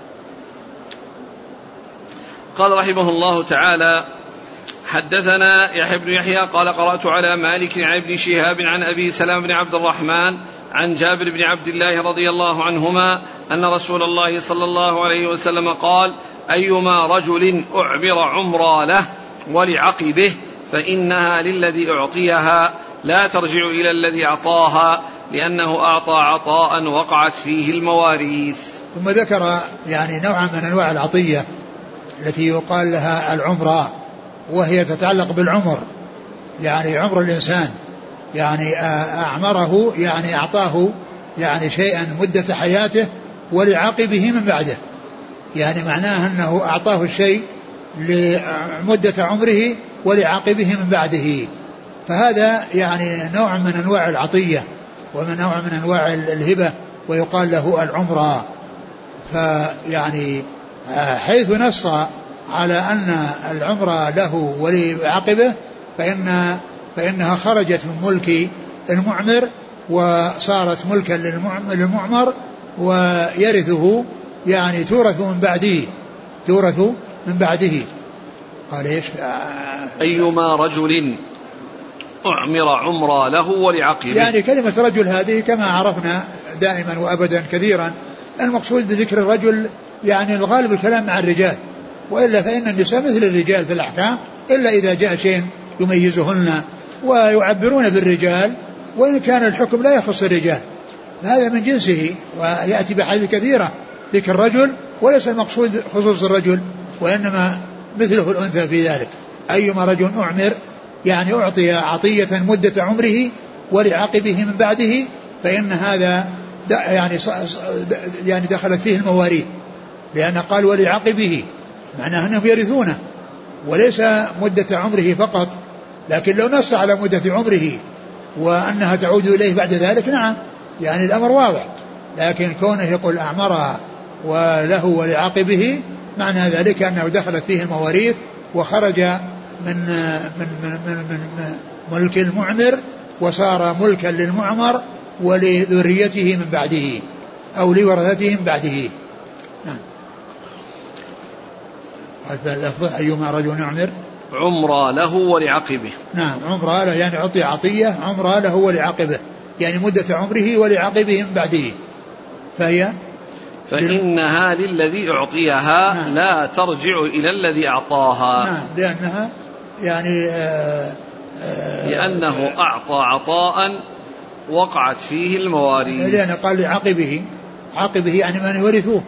قال رحمه الله تعالى حدثنا يحيى بن يحيى قال قرأت على مالك عن ابن شهاب عن أبي سلام بن عبد الرحمن عن جابر بن عبد الله رضي الله عنهما أن رسول الله صلى الله عليه وسلم قال أيما رجل أعبر عمرا له ولعقبه فإنها للذي أعطيها لا ترجع إلى الذي أعطاها لأنه أعطى عطاء وقعت فيه المواريث. ثم ذكر يعني نوعا من أنواع العطية التي يقال لها العمرة وهي تتعلق بالعمر يعني عمر الإنسان يعني أعمره يعني أعطاه يعني شيئا مدة حياته ولعقبه من بعده يعني معناه أنه أعطاه الشيء لمدة عمره ولعقبه من بعده فهذا يعني نوع من أنواع العطية ومن نوع من أنواع الهبة ويقال له العمرة. فيعني حيث نص على أن العمرة له ولعقبه فإن فإنها خرجت من ملك المعمر وصارت ملكا للمعمر ويرثه يعني تورث من بعده تورث من بعده. قال ايش؟ أيما رجل أعمر عمرا له ولعقبه يعني كلمة رجل هذه كما عرفنا دائما وأبدا كثيرا المقصود بذكر الرجل يعني الغالب الكلام مع الرجال وإلا فإن النساء مثل الرجال في الأحكام إلا إذا جاء شيء يميزهن ويعبرون بالرجال وإن كان الحكم لا يخص الرجال هذا من جنسه ويأتي بحديث كثيرة ذكر الرجل وليس المقصود خصوص الرجل وإنما مثله الأنثى في ذلك. أيما رجل أعمر يعني أعطي عطية مدة عمره ولعقبه من بعده فإن هذا يعني يعني دخلت فيه المواريث لأن قال ولعقبه معناه أنهم يرثونه وليس مدة عمره فقط لكن لو نص على مدة عمره وأنها تعود إليه بعد ذلك نعم يعني الأمر واضح لكن كونه يقول أعمرها وله ولعقبه معنى ذلك أنه دخلت فيه المواريث وخرج من من من من, من ملك المعمر وصار ملكا للمعمر ولذريته من بعده أو لورثته من بعده. نعم. اللفظ أيما رجل يعمر عمرا له ولعقبه. نعم عمرا له يعني عطي عطية عمرا له ولعقبه يعني مدة عمره ولعقبه من بعده فهي فإنها للذي أعطيها. نعم. لا ترجع إلى الذي أعطاها. نعم لأنها يعني آه لأنه أعطى عطاء وقعت فيه المواريث. لأنه قال لعقبه، عقبه يعني من يورثوه.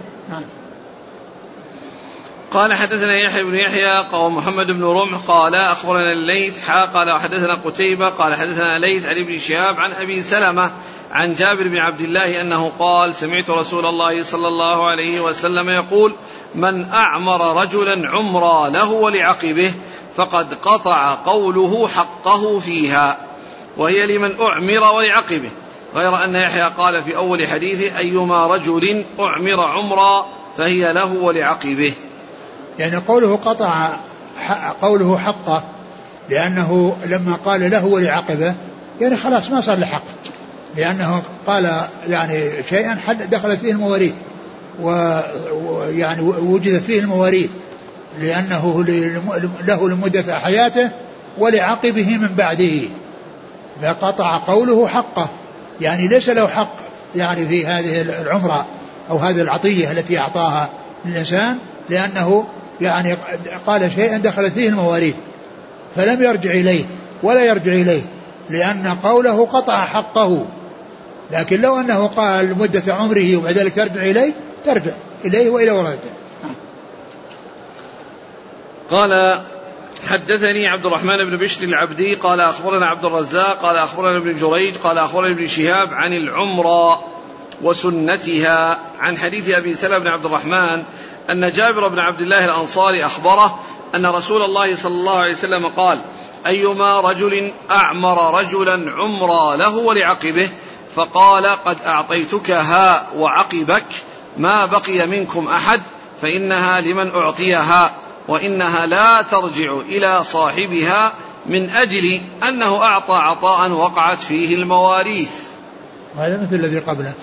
قال حدثنا يحيى بن يحيى ومحمد بن رمح قال أخبرنا الليث حا قال حدثنا قتيبة قال حدثنا ليث عن ابن شهاب عن أبي سلمة عن جابر بن عبد الله أنه قال سمعت رسول الله صلى الله عليه وسلم يقول من أعمر رجلا عمرا له ولعقبه فقد قطع قوله حقه فيها، وهي لمن أعمر ولعقبه، غير أن يحيى قال في أول حديثه أيما رجل أعمر عمرا فهي له ولعقبه. يعني قوله قطع قوله حقه، لأنه لما قال له ولعقبه يعني خلاص ما صار له حق، لأنه قال يعني شيئا حد دخلت فيه المواريث ويعني وجدت فيه المواريث، لأنه له لمدة حياته ولعقبه من بعده، فقطع قوله حقه، يعني ليس له حق يعني في هذه العمرة أو هذه العطية التي أعطاها للإنسان، لأنه يعني قال شيئا دخلت فيه المواريث فلم يرجع إليه ولا يرجع إليه، لأن قوله قطع حقه. لكن لو أنه قال مدة عمره وبعد ذلك ترجع إليه ترجع إليه وإلى ورثته. قال حدثني عبد الرحمن بن بشر العبدي قال أخبرنا عبد الرزاق قال أخبرنا ابن جريج قال أخبرنا ابن شهاب عن العمرة وسنتها عن حديث أبي سلمة بن عبد الرحمن أن جابر بن عبد الله الأنصاري أخبره أن رسول الله صلى الله عليه وسلم قال أيما رجل أعمر رجلا عمرا له ولعقبه فقال قد أعطيتكها وعقبك ما بقي منكم أحد فإنها لمن أعطيها وإنها لا ترجع إلى صاحبها من أجل أنه أعطى عطاء وقعت فيه المواريث. وهذا مثل الذي قبله.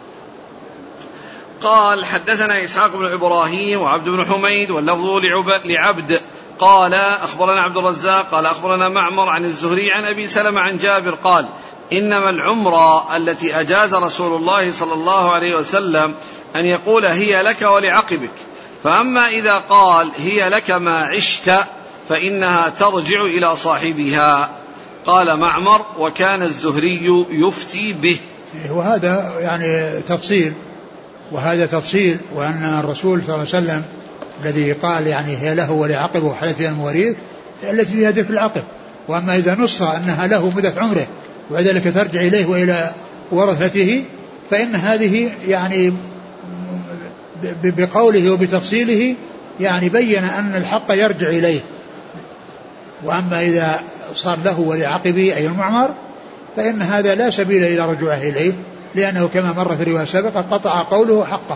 قال حدثنا إسحاق بن إبراهيم وعبد بن حميد واللفظ لعبد قال أخبرنا عبد الرزاق قال أخبرنا معمر عن الزهري عن أبي سلمة عن جابر قال إنما العمرة التي أجاز رسول الله صلى الله عليه وسلم أن يقول هي لك ولعقبك، فأما إذا قال هي لك ما عشت فإنها ترجع إلى صاحبها. قال معمر وكان الزهري يفتي به. وهذا يعني تفصيل، وهذا تفصيل، وأن الرسول صلى الله عليه وسلم الذي قال يعني هي له ولعقبه وحدث فيها المواريث التي فيها ذكر العقب، وأما إذا نص أنها له مدة عمره وذلك ترجع إليه وإلى ورثته فإن هذه يعني بقوله وبتفصيله يعني بين أن الحق يرجع إليه. وأما إذا صار له ولعقبه أي المعمر فإن هذا لا سبيل إلى رجوعه إليه، لأنه كما مر في الرواية السابقة قطع قوله حقه.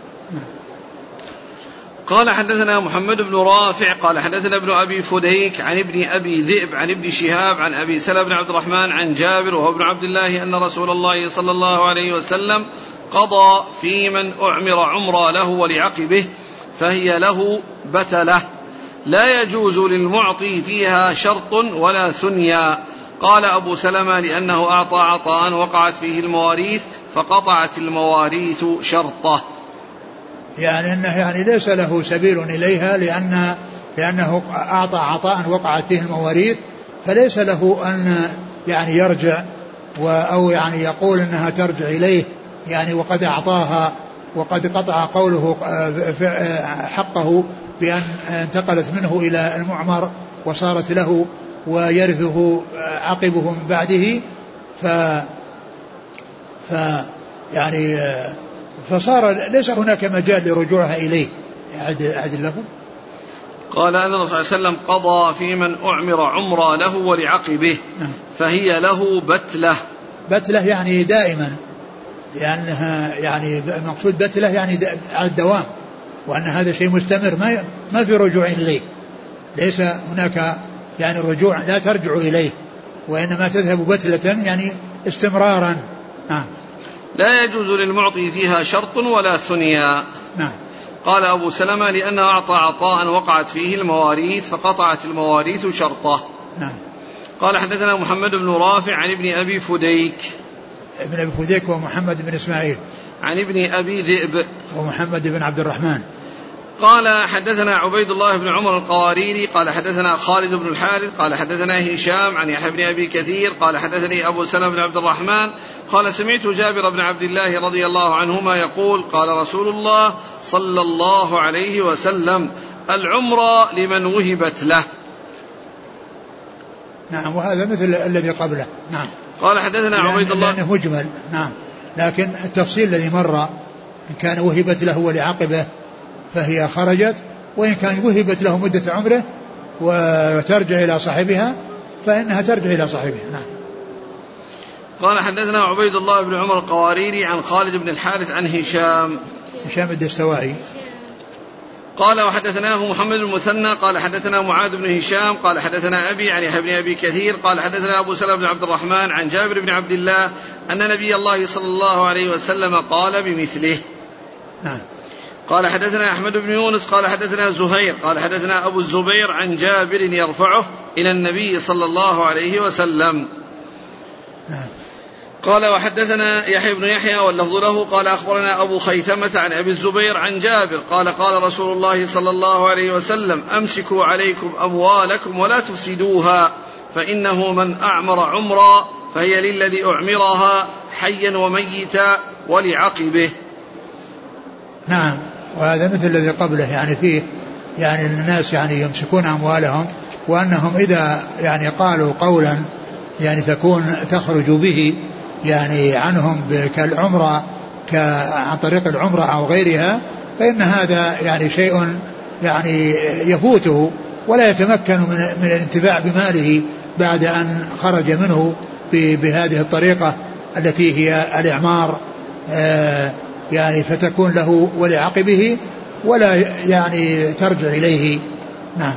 قال حدثنا محمد بن رافع قال حدثنا ابن أبي فديك عن ابن أبي ذئب عن ابن شهاب عن أبي سلمة بن عبد الرحمن عن جابر وهو ابن عبد الله أن رسول الله صلى الله عليه وسلم قضى في من أعمر عمرا له ولعقبه فهي له بتلة لا يجوز للمعطي فيها شرط ولا ثنيا. قال أبو سلمة لأنه أعطى عطاء وقعت فيه المواريث فقطعت المواريث شرطه، يعني أنه يعني ليس له سبيل إليها لأن لأنه أعطى عطاء وقعت فيه المواريث، فليس له أن يعني يرجع أو يعني يقول أنها ترجع إليه يعني وقد أعطاها وقد قطع قوله حقه بأن انتقلت منه إلى المعمر وصارت له ويرثه عقبه من بعده، ف ف يعني فصار ليس هناك مجال لرجوعها إليه. أعد أعد اللفظ. قال أن الرسول صلى الله عليه وسلم قضى في من أعمر عمرا له ولعقبه فهي له بتلة. بتلة يعني دائما، لأنها يعني المقصود بتلة يعني على الدوام، وأن هذا شيء مستمر ما ما في رجوع إليه، ليس هناك يعني رجوع لا ترجع إليه، وإنما تذهب بتلة يعني استمرارا. نعم. لا يجوز للمعطي فيها شرط ولا ثنيا. نعم. قال أبو سلمة لأنه أعطى عطاء وقعت فيه المواريث فقطعت المواريث شرطه. نعم. قال حدثنا محمد بن رافع عن ابن أبي فديك. ابن أبي فديك ومحمد بن إسماعيل. عن ابن أبي ذئب ومحمد بن عبد الرحمن. قال حدثنا عبيد الله بن عمر القواريري قال حدثنا خالد بن الحارث قال حدثنا هشام عن يحيى بن أبي كثير قال حدثني أبو سلمة بن عبد الرحمن قال سمعت جابر بن عبد الله رضي الله عنهما يقول قال رسول الله صلى الله عليه وسلم العمرة لمن وهبت له. نعم وهذا مثل الذي قبله. نعم. قال حدثنا عبيد الله لأنه مجمل. نعم لكن التفصيل الذي مر إن كان وهبت له ولعقبه فهي خرجت، وإن كان وهبت له مدة عمره وترجع إلى صاحبها فإنها ترجع إلى صاحبها. نعم. قال حدثنا عبيد الله بن عمر القواريري عن خالد بن الحارث عن هشام هشام الدستوائي قال وحدثناه محمد المثنى قال حدثنا معاذ بن هشام قال حدثنا أبي عن يحيى بن أبي كثير قال حدثنا أبو سلمة بن عبد الرحمن عن جابر بن عبد الله أن نبي الله صلى الله عليه وسلم قال بمثله. نعم. قال حدثنا أحمد بن يونس قال حدثنا زهير قال حدثنا أبو الزبير عن جابر يرفعه إلى النبي صلى الله عليه وسلم. نعم. قال وحدثنا يحيى بن يحيى واللفظ له قال أخبرنا أبو خيثمة عن أبي الزبير عن جابر قال قال رسول الله صلى الله عليه وسلم أمسكوا عليكم أموالكم ولا تفسدوها فإنه من أعمر عمرا فهي للذي أعمرها حيا وميتا ولعقبه. نعم وهذا مثل الذي قبله يعني فيه يعني الناس يعني يمسكون أموالهم وأنهم إذا يعني قالوا قولا يعني تكون تخرج به يعني عنهم كالعمرة عن طريق العمرة أو غيرها فإن هذا يعني شيء يعني يفوته ولا يتمكن من, من الانتفاع بماله بعد أن خرج منه بهذه الطريقة التي هي الإعمار آه يعني فتكون له ولعقبه ولا يعني ترجع إليه. نعم.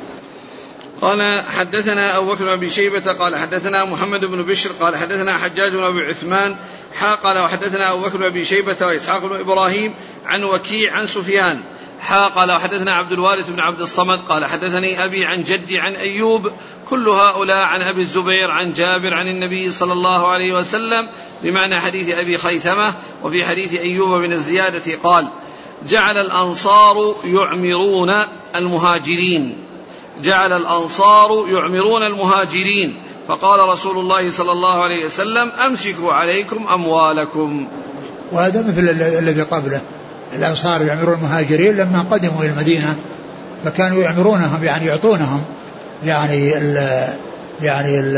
قال حدثنا أبو بكر بن أبي شيبة قال حدثنا محمد بن بشر قال حدثنا حجاج بن أبي عثمان حا قال وحدثنا أبو بكر بن أبي شيبة وإسحاق بن إبراهيم عن وكيع عن سفيان حا قال وحدثنا عبد الوارث بن عبد الصمد قال حدثني أبي عن جدي عن أيوب كل هؤلاء عن أبي الزبير عن جابر عن النبي صلى الله عليه وسلم بمعنى حديث أبي خيثمة. وفي حديث أيوب من الزيادة قال جعل الأنصار يعمرون المهاجرين جعل الأنصار يعمرون المهاجرين فقال رسول الله صلى الله عليه وسلم أمسكوا عليكم أموالكم. وهذا مثل الذي قبله الأنصار يعمرون المهاجرين لما قدموا إلى المدينة فكانوا يعمرونهم يعني يعطونهم يعني ال يعني ال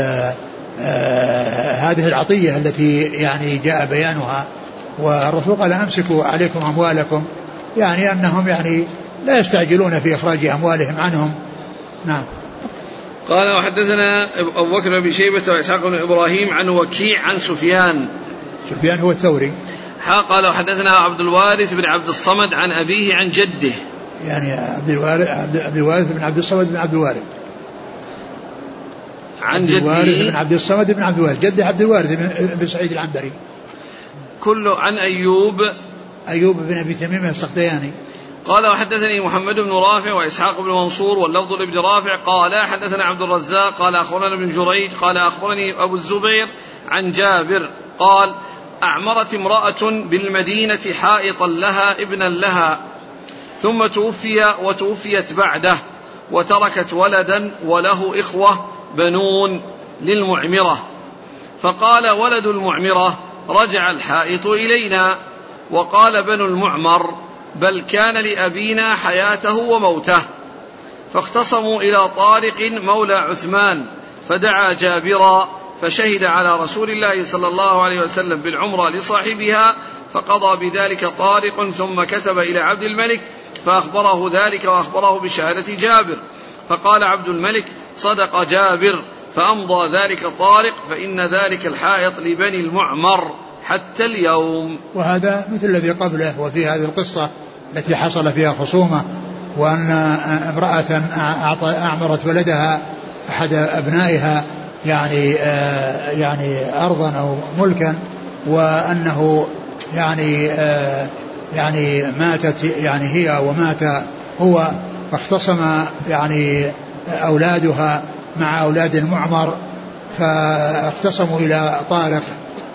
آه هذه العطية التي يعني جاء بيانها والرسول قال أمسكوا عليكم أموالكم يعني أنهم يعني لا يستعجلون في إخراج أموالهم عنهم. نعم. قال وحدثنا أبو بكر بن أبي شيبة وإسحاق بن إبراهيم عن وكيع عن سفيان سفيان هو الثوري حا قال وحدثنا عبد الوارث بن عبد الصمد عن أبيه عن جده يعني عبد الوارث عبد الوارث بن عبد الصمد بن عبد الوارث عن جده الوارث بن عبد الصمد بن عبد الوارث جده عبد الوارث بن سعيد العنبري كله عن أيوب أيوب بن أبي تميم السختياني قال وحدثني محمد بن رافع وإسحاق بن منصور واللفظ لابن رافع قال حدثنا عبد الرزاق قال أخبرنا ابن جريج قال أخبرني أبو الزبير عن جابر قال أعمرت امرأة بالمدينة حائطا لها ابنا لها ثم توفي وتوفيت بعده وتركت ولدا وله إخوة بنون للمعمرة فقال ولد المعمرة رجع الحائط إلينا وقال بنو المعمر بل كان لأبينا حياته وموته فاختصموا إلى طارق مولى عثمان فدعا جابرا فشهد على رسول الله صلى الله عليه وسلم بالعمرة لصاحبها فقضى بذلك طارق ثم كتب إلى عبد الملك فأخبره ذلك وأخبره بشهادة جابر فقال عبد الملك صدق جابر فأمضى ذلك طارق فإن ذلك الحائط لبني المعمر حتى اليوم. وهذا مثل الذي قبله. وفي هذه القصة التي حصل فيها خصومة وأن امرأة أعمرت ولدها أحد أبنائها يعني آه يعني أرضا أو ملكا وأنه يعني آه يعني ماتت يعني هي ومات هو فاختصم يعني أولادها مع أولاد المعمر فاختصموا إلى طارق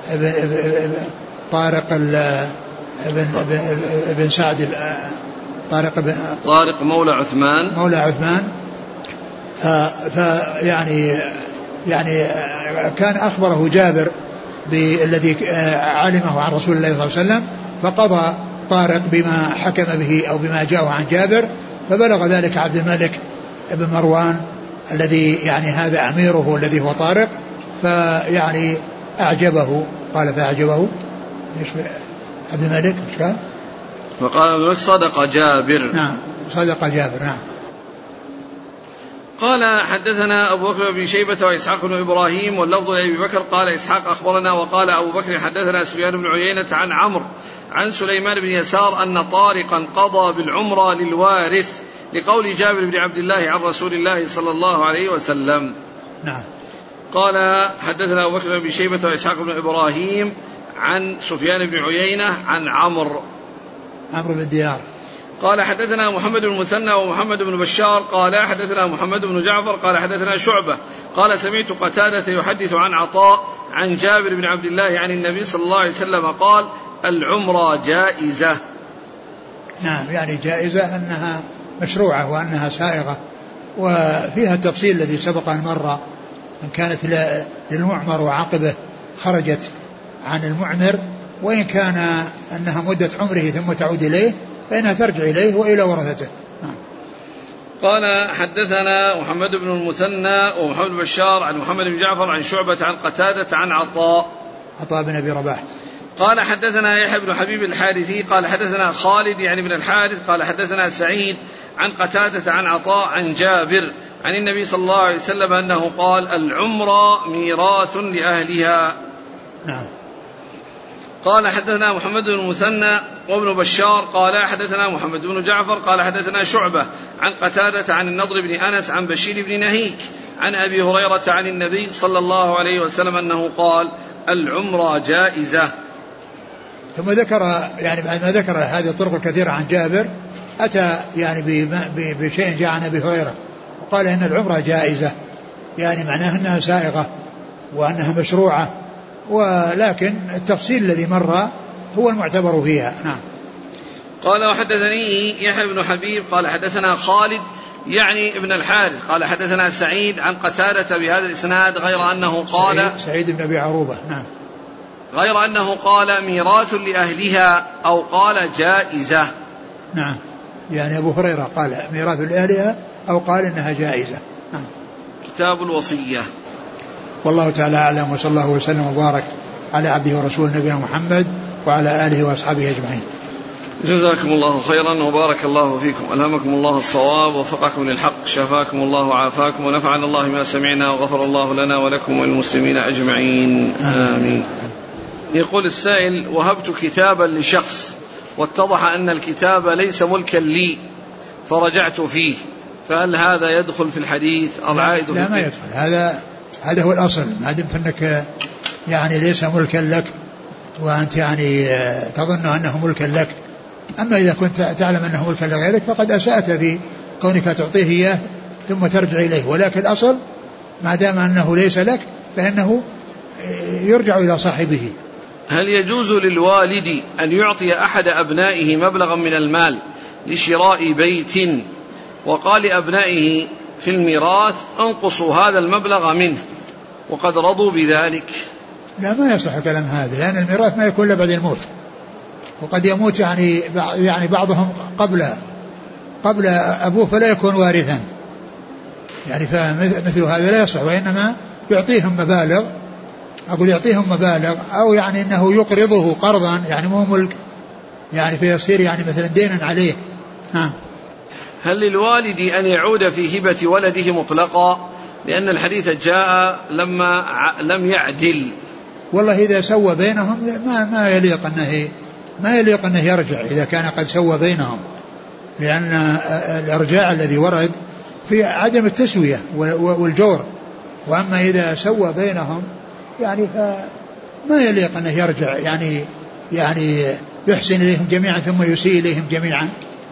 ابن طارق ابن ابن سعد طارق بن طارق مولى عثمان مولى عثمان فيعني يعني كان أخبره جابر بالذي علمه عن رسول الله صلى الله عليه وسلم، فقضى طارق بما حكم به أو بما جاءه عن جابر، فبلغ ذلك عبد الملك بن مروان الذي يعني هذا أميره الذي هو طارق، فيعني أعجبه، قال فأعجبه إيش عبد الملك إيش قال؟ فقال عبد الملك صدق جابر. نعم صدق جابر. نعم. قال حدثنا أبو بكر بن شيبة وإسحاق بن إبراهيم واللفظ لأبي بكر قال إسحاق أخبرنا وقال أبو بكر حدثنا سفيان بن عيينة عن عمرو عن سليمان بن يسار أن طارقا قضى بالعمرة للوارث لقول جابر بن عبد الله عن رسول الله صلى الله عليه وسلم. نعم. قال حدثنا أبو بكر بن شيبة وإسحاق بن إبراهيم عن سفيان بن عيينة عن عمرو عمرو بن دينار قال حدثنا محمد بن المثنى ومحمد بن بشار قال حدثنا محمد بن جعفر قال حدثنا شعبة قال سمعت قتادة يحدث عن عطاء عن جابر بن عبد الله عن النبي صلى الله عليه وسلم قال العمرة جائزة. نعم يعني جائزة أنها مشروعة وأنها سائغة، وفيها التفصيل الذي سبق أن مر، إن كانت للمعمر وعقبه خرجت عن المعمر، وإن كان أنها مدة عمره ثم تعود إليه فإنها ترجع إليه وإلى ورثته. نعم. قال حدثنا محمد بن المثنى ومحمد بن بشار عن محمد بن جعفر عن شعبة عن قتادة عن عطاء عطاء بن أبي رباح قال حدثنا يحيى بن حبيب الحارثي قال حدثنا خالد يعني بن الحارث قال حدثنا سعيد عن قتادة عن عطاء عن جابر عن النبي صلى الله عليه وسلم أنه قال العمرة ميراث لأهلها. نعم. قال حدثنا محمد بن المثنى وابن بشار قال حدثنا محمد بن جعفر قال حدثنا شعبة عن قتادة عن النضر بن أنس عن بشير بن نهيك عن أبي هريرة عن النبي صلى الله عليه وسلم أنه قال العمرة جائزة. ثم ذكر يعني بعد ما ذكر هذه الطرق الكثيرة عن جابر أتى يعني بشيء جاء عن أبي هريرة وقال إن العمرة جائزة، يعني معناه أنها سائغة وأنها مشروعة، ولكن التفصيل الذي مر هو المعتبر فيها. نعم. قال وحدثني يحيى بن حبيب قال حدثنا خالد يعني ابن الحارث قال حدثنا سعيد عن قتادة بهذا الإسناد غير أنه قال سعيد, سعيد بن أبي عروبة. نعم. غير أنه قال ميراث لأهلها أو قال جائزة. نعم يعني أبو هريرة قال ميراث لأهلها أو قال إنها جائزة. نعم. كتاب الوصية. والله تعالى أعلم، وصلى الله وسلم وبارك على عبده ورسوله نبينا محمد وعلى آله وأصحابه أجمعين. جزاكم الله خيرا وبارك الله فيكم، ألهمكم الله الصواب ووفقكم للحق، شفاكم الله وعافاكم ونفعنا الله ما سمعنا وغفر الله لنا ولكم وللمسلمين أجمعين آمين. يقول السائل وهبت كتابا لشخص واتضح أن الكتاب ليس ملكا لي فرجعت فيه، فهل هذا يدخل في الحديث أو عائد؟ لا ما يدخل، هذا هذا هو الأصل، ما دمت أنك يعني ليس ملكا لك وأنت يعني تظن أنه ملكا لك. أما إذا كنت تعلم أنه ملكا لغيرك فقد أسأت في كونك تعطيه إياه ثم ترجع إليه، ولكن الأصل ما دام أنه ليس لك فإنه يرجع إلى صاحبه. هل يجوز للوالد أن يعطي أحد أبنائه مبلغا من المال لشراء بيت وقال لأبنائه في الميراث انقصوا هذا المبلغ منه وقد رضوا بذلك؟ لا ما يصح كلام هذا، لأن الميراث ما يكون إلا بعد الموت، وقد يموت يعني يعني بعضهم قبل قبل أبوه فلا يكون وارثا، يعني فمثل هذا لا يصح، وإنما يعطيهم مبالغ، أقول يعطيهم مبالغ أو يعني أنه يقرضه قرضا يعني مو ملك، يعني فيصير يعني مثلا دينا عليه. نعم. هل للوالد أن يعود في هبة ولده مطلقا لأن الحديث جاء لما لم يعدل؟ والله إذا سوى بينهم ما ما يليق أنه ما يليق أنه يرجع إذا كان قد سوى بينهم، لأن الإرجاع الذي ورد في عدم التسوية والجور، وأما إذا سوى بينهم يعني فما يليق أنه يرجع يعني يعني يحسن إليهم جميعا ثم يسيء إليهم جميعا.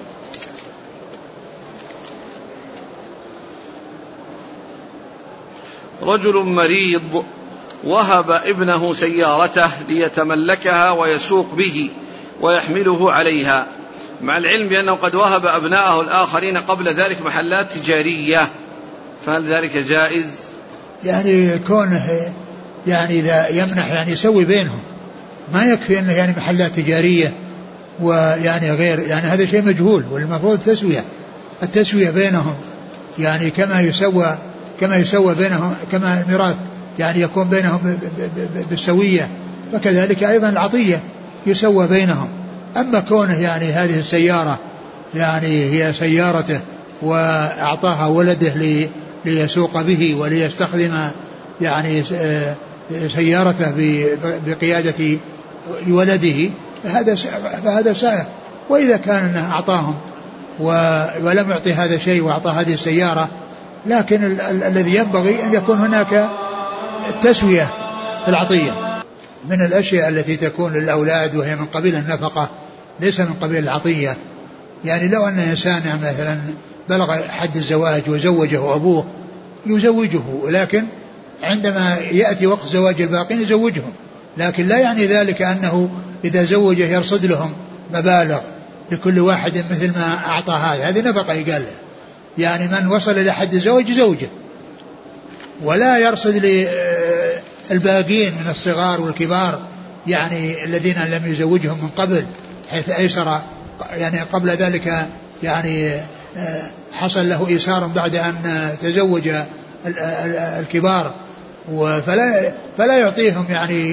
رجل مريض وهب ابنه سيارته ليتملكها ويسوق به ويحمله عليها، مع العلم بأنه قد وهب أبناءه الآخرين قبل ذلك محلات تجارية، فهل ذلك جائز؟ يعني كونه يعني إذا يمنح يعني يسوي بينهم، ما يكفي أنه يعني محلات تجارية ويعني غير، يعني هذا شيء مجهول، والمفروض تسوية التسوية بينهم، يعني كما يسوى كما يسوى بينهم، كما الميراث يعني يكون بينهم بالسوية، فكذلك أيضا العطية يسوى بينهم. أما كونه يعني هذه السيارة يعني هي سيارته وأعطاها ولده ليسوق به وليستخدم يعني سيارته بقيادة ولده، فهذا فهذا سائر. وإذا كان أنه أعطاهم ولم يعطي هذا شيء وأعطى هذه السيارة، لكن ال- ال- الذي ينبغي أن يكون هناك التسوية في العطية. من الأشياء التي تكون للأولاد وهي من قبيل النفقة ليس من قبيل العطية، يعني لو أن إنسان مثلا بلغ حد الزواج وزوجه أبوه يزوجه، لكن عندما يأتي وقت زواج الباقين يزوجهم، لكن لا يعني ذلك أنه إذا زوجه يرصد لهم مبالغ لكل واحد مثل ما أعطى هذا، هذه نفقة يقال له. يعني من وصل إلى حد الزواج يزوجه، ولا يرصد للباقين من الصغار والكبار يعني الذين لم يزوجهم من قبل، حيث أيسر يعني قبل ذلك يعني حصل له إيسار بعد أن تزوج الكبار، فلا فلا يعطيهم يعني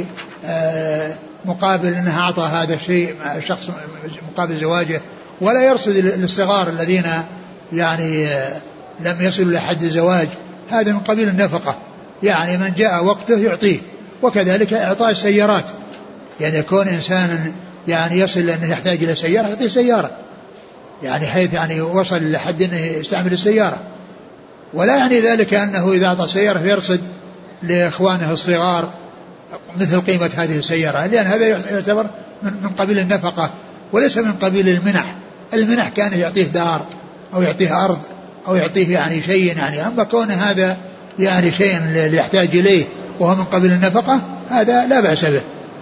مقابل أنها أعطى هذا الشيء الشخص مقابل زواجه، ولا يرصد للصغار الذين يعني لم يصلوا لحد الزواج، هذا من قبيل النفقة. يعني من جاء وقته يعطيه. وكذلك إعطاء السيارات، يعني يكون إنسان يعني يصل لأنه يحتاج إلى سيارة يعطيه سيارة، يعني حيث يعني وصل لحد أنه يستعمل السيارة، ولا يعني ذلك أنه إذا أعطى سيارة يرصد لإخوانه الصغار مثل قيمة هذه السيارة، لأن هذا يعتبر من قبيل النفقة وليس من قبيل المنح. المنح كان يعطيه دار أو يعطيه أرض أو يعطيه يعني شيء يعني، أما كون هذا يعني شيء اللي يحتاج إليه وهو من قبيل النفقة هذا لا بأس به.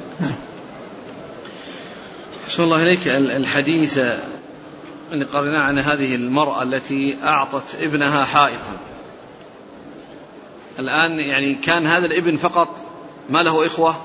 أحسن الله إليك. الحديث اللي قرأناه عن هذه المرأة التي أعطت ابنها حائطا، الآن يعني كان هذا الابن فقط ما له إخوة،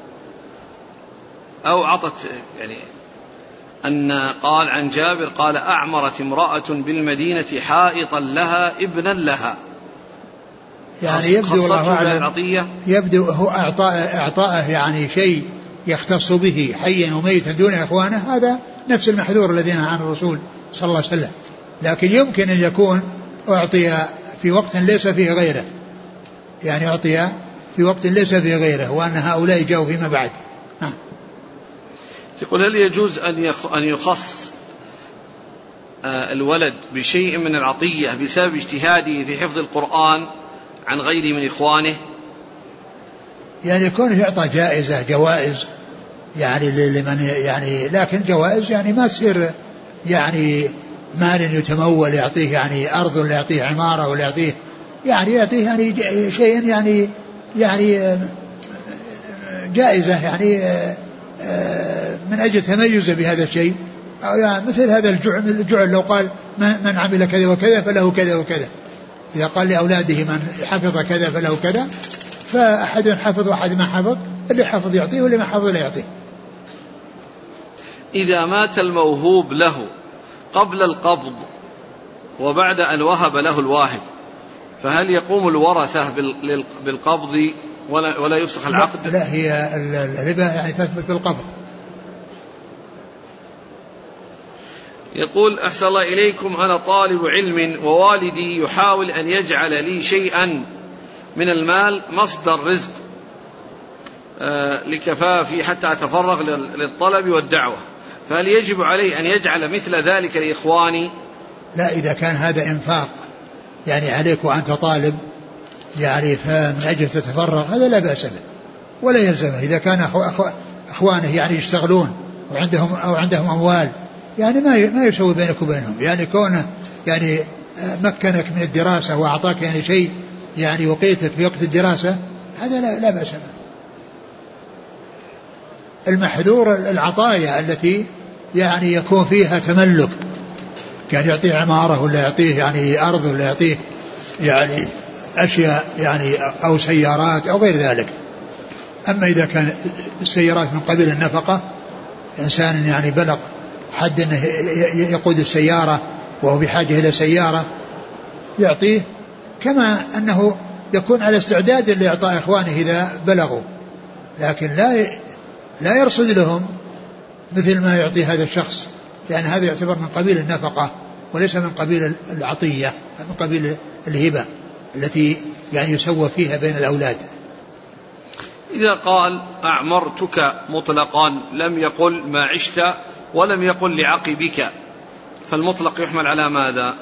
أو عطت يعني أن قال عن جابر قال أعمرت امرأة بالمدينة حائطا لها ابنا لها، يعني يبدو الله أعلم يبدو هو أعطاء أعطاءه يعني شيء يختص به حيا وميتا دون إخوانه، هذا نفس المحذور الذين عن الرسول صلى الله عليه وسلم. لكن يمكن أن يكون أعطي في وقت ليس فيه غيره، يعني أعطي في وقت ليس فيه غيره، وأن هؤلاء جاءوا فيما بعد. نعم. يقول هل يجوز أن يخص الولد بشيء من العطية بسبب اجتهاده في حفظ القرآن عن غيره من إخوانه؟ يعني يكون يعطى جائزة جوائز يعني لمن يعني، لكن جوائز يعني ما تصير يعني مال يتمول يعطيه يعني أرض ولا يعطيه عمارة ولا يعطيه يعني يعطيه يعني شيء يعني يعني جائزة يعني من أجل تميزه بهذا الشيء، أو يعني مثل هذا الجعل, الجعل لو قال من عمل كذا وكذا فله كذا وكذا، إذا قال لأولاده من حفظ كذا فله كذا، فأحد حفظ وأحد ما حفظ، اللي حفظ يعطيه واللي ما حفظ لا يعطيه. إذا مات الموهوب له قبل القبض وبعد أن وهب له الواهب، فهل يقوم الورثة بالقبض ولا, ولا يفسخ العقد؟ لا، هي الربا يعني تثبت بالقبض. يقول أحسن الله إليكم أنا طالب علم ووالدي يحاول أن يجعل لي شيئا من المال مصدر رزق آه لكفافي حتى أتفرغ للطلب والدعوة، فهل يجب علي أن يجعل مثل ذلك لإخواني؟ لا، إذا كان هذا إنفاق يعني عليك وأنت طالب يعني فمن أجل تتفرغ هذا لا بأس به ولا يلزمه. إذا كان أخو أخو أخوانه يعني يشتغلون وعندهم أو عندهم أموال يعني ما ما يسوي بينك وبينهم، يعني كونه يعني مكنك من الدراسة وأعطاك يعني شيء يعني وقيتك في وقت الدراسة هذا لا, لا بأس به. المحذور العطايا التي يعني يكون فيها تملك، كان يعطيه عمارة ولا يعطيه يعني أرض ولا يعطيه يعني أشياء يعني أو سيارات أو غير ذلك. أما إذا كان السيارات من قبيل النفقة، إنسان يعني بلغ حد أنه يقود السيارة وهو بحاجة إلى سيارة يعطيه، كما أنه يكون على استعداد لإعطاء إخوانه إذا بلغوا، لكن لا لا يرصد لهم مثل ما يعطي هذا الشخص، لأن هذا يعتبر من قبيل النفقة وليس من قبيل العطية، من قبيل الهبة التي يعني يسوى فيها بين الأولاد. إذا قال أعمرتك مطلقا لم يقل ما عشت ولم يقل لعقبك، فالمطلق يحمل على ماذا؟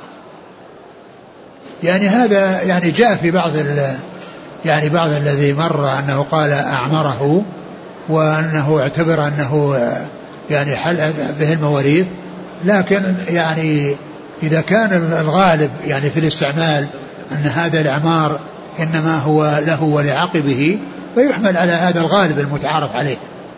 يعني هذا يعني جاء في بعض يعني بعض الذي مر أنه قال أعمره، وأنه اعتبر أنه يعني حل به المواريث، لكن يعني إذا كان الغالب يعني في الاستعمال أن هذا الإعمار إنما هو له ولعقبه، فيحمل على هذا الغالب المتعارف عليه.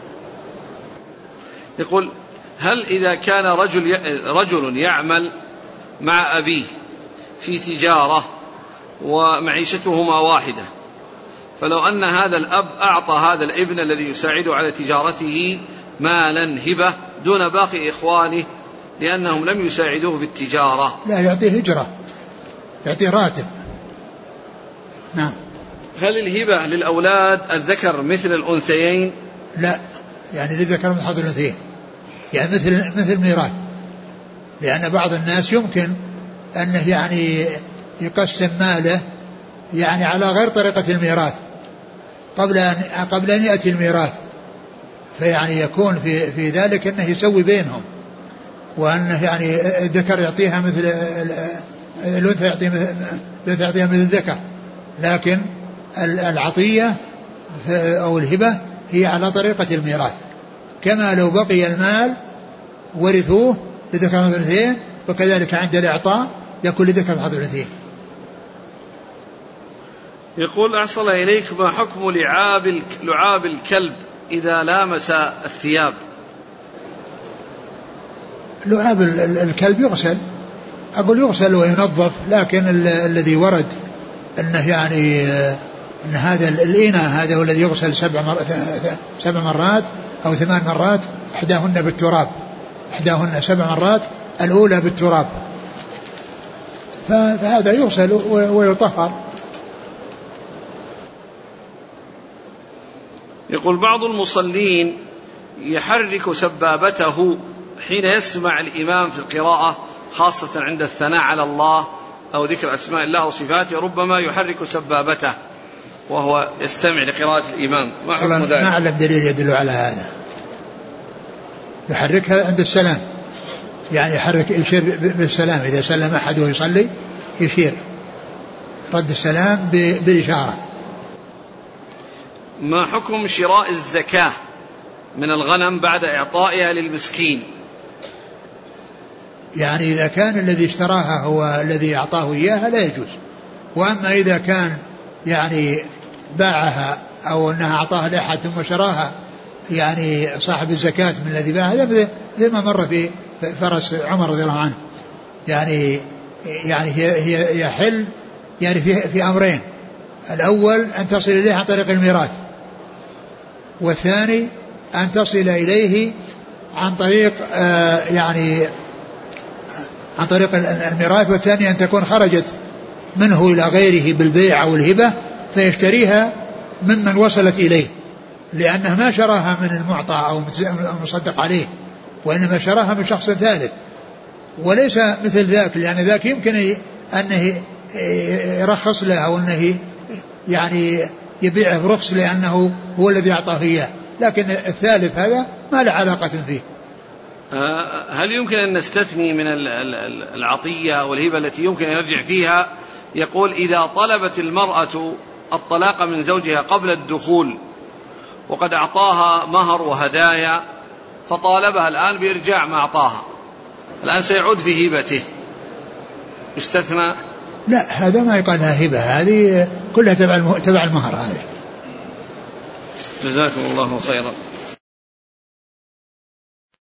يقول: هل إذا كان رجل رجل يعمل مع أبيه في تجارة ومعيشتهما واحدة، فلو أن هذا الأب أعطى هذا الابن الذي يساعده على تجارته مالا هبة دون باقي إخوانه لأنهم لم يساعدوه في التجارة؟ لا، يعطيه هجرة، يعطيه راتب. نعم. هل الهبة للأولاد الذكر مثل الأنثيين؟ لا، يعني للذكر مثل حظ الأنثيين، يعني مثل مثل ميراث، لأن بعض الناس يمكن أنه يعني يقسم ماله يعني على غير طريقة الميراث قبل أن قبل أن يأتي الميراث، فيعني يكون في في ذلك أنه يسوي بينهم، وأنه يعني الذكر يعطيها مثل الأنثى يعطيها الأنثى يعطيها مثل الذكر، لكن العطية أو الهبة هي على طريقة الميراث، كما لو بقي المال ورثوه لذكر مثل الأنثيين، وكذلك عند الإعطاء يكون لذكر مثل الأنثيين. يقول: أحصل إليك، ما حكم لعاب لعاب الكلب إذا لامس الثياب؟ لعاب الكلب يغسل، أقول يغسل وينظف، لكن الذي ورد أنه يعني أن هذا الإناء هذا هو الذي يغسل سبع مرات سبع مرات أو ثمان مرات، إحداهن بالتراب، إحداهن سبع مرات، الأولى بالتراب، فهذا يغسل ويطهر. يقول: بعض المصلين يحرك سبابته حين يسمع الإمام في القراءة، خاصة عند الثناء على الله أو ذكر أسماء الله وصفاته، ربما يحرك سبابته وهو يستمع لقراءة الإمام، ما حكم ذلك؟ ما أعلم دليل يدل على هذا. يحركها عند السلام، يعني يحرك يشير بالسلام، إذا سلم أحد ويصلي يشير رد السلام بالإشارة. ما حكم شراء الزكاة من الغنم بعد إعطائها للمسكين؟ يعني إذا كان الذي اشتراها هو الذي أعطاه إياها لا يجوز، وأما إذا كان يعني باعها أو أنها أعطاها لأحد ثم شراها يعني صاحب الزكاة من الذي باعها، زي ما مر في فرس عمر رضي الله عنه، يعني يعني هي هي يحل يعني في في أمرين: الأول أن تصل إليه عن طريق الميراث، والثاني أن تصل إليه عن طريق آه يعني عن طريق الميراث، والثاني أن تكون خرجت منه إلى غيره بالبيع أو الهبة فيشتريها ممن وصلت إليه، لأنه ما شراها من المعطى أو المصدق عليه، وإنما شراها من شخص ثالث، وليس مثل ذاك، لأن ذاك يمكن أنه يرخص له أو أنه يعني يبيعه برخص لأنه هو الذي أعطاه إياه، لكن الثالث هذا ما له علاقة فيه. هل يمكن أن نستثني من العطية والهبة التي يمكن أن يرجع فيها؟ يقول: إذا طلبت المرأة الطلاق من زوجها قبل الدخول وقد أعطاها مهر وهدايا، فطالبها الآن بإرجاع ما أعطاها، الآن سيعود في هبته، يستثنى؟ لا، هذا ما يقال لها هبة، هذه كلها تبع المهر هذه. جزاكم الله خيرا.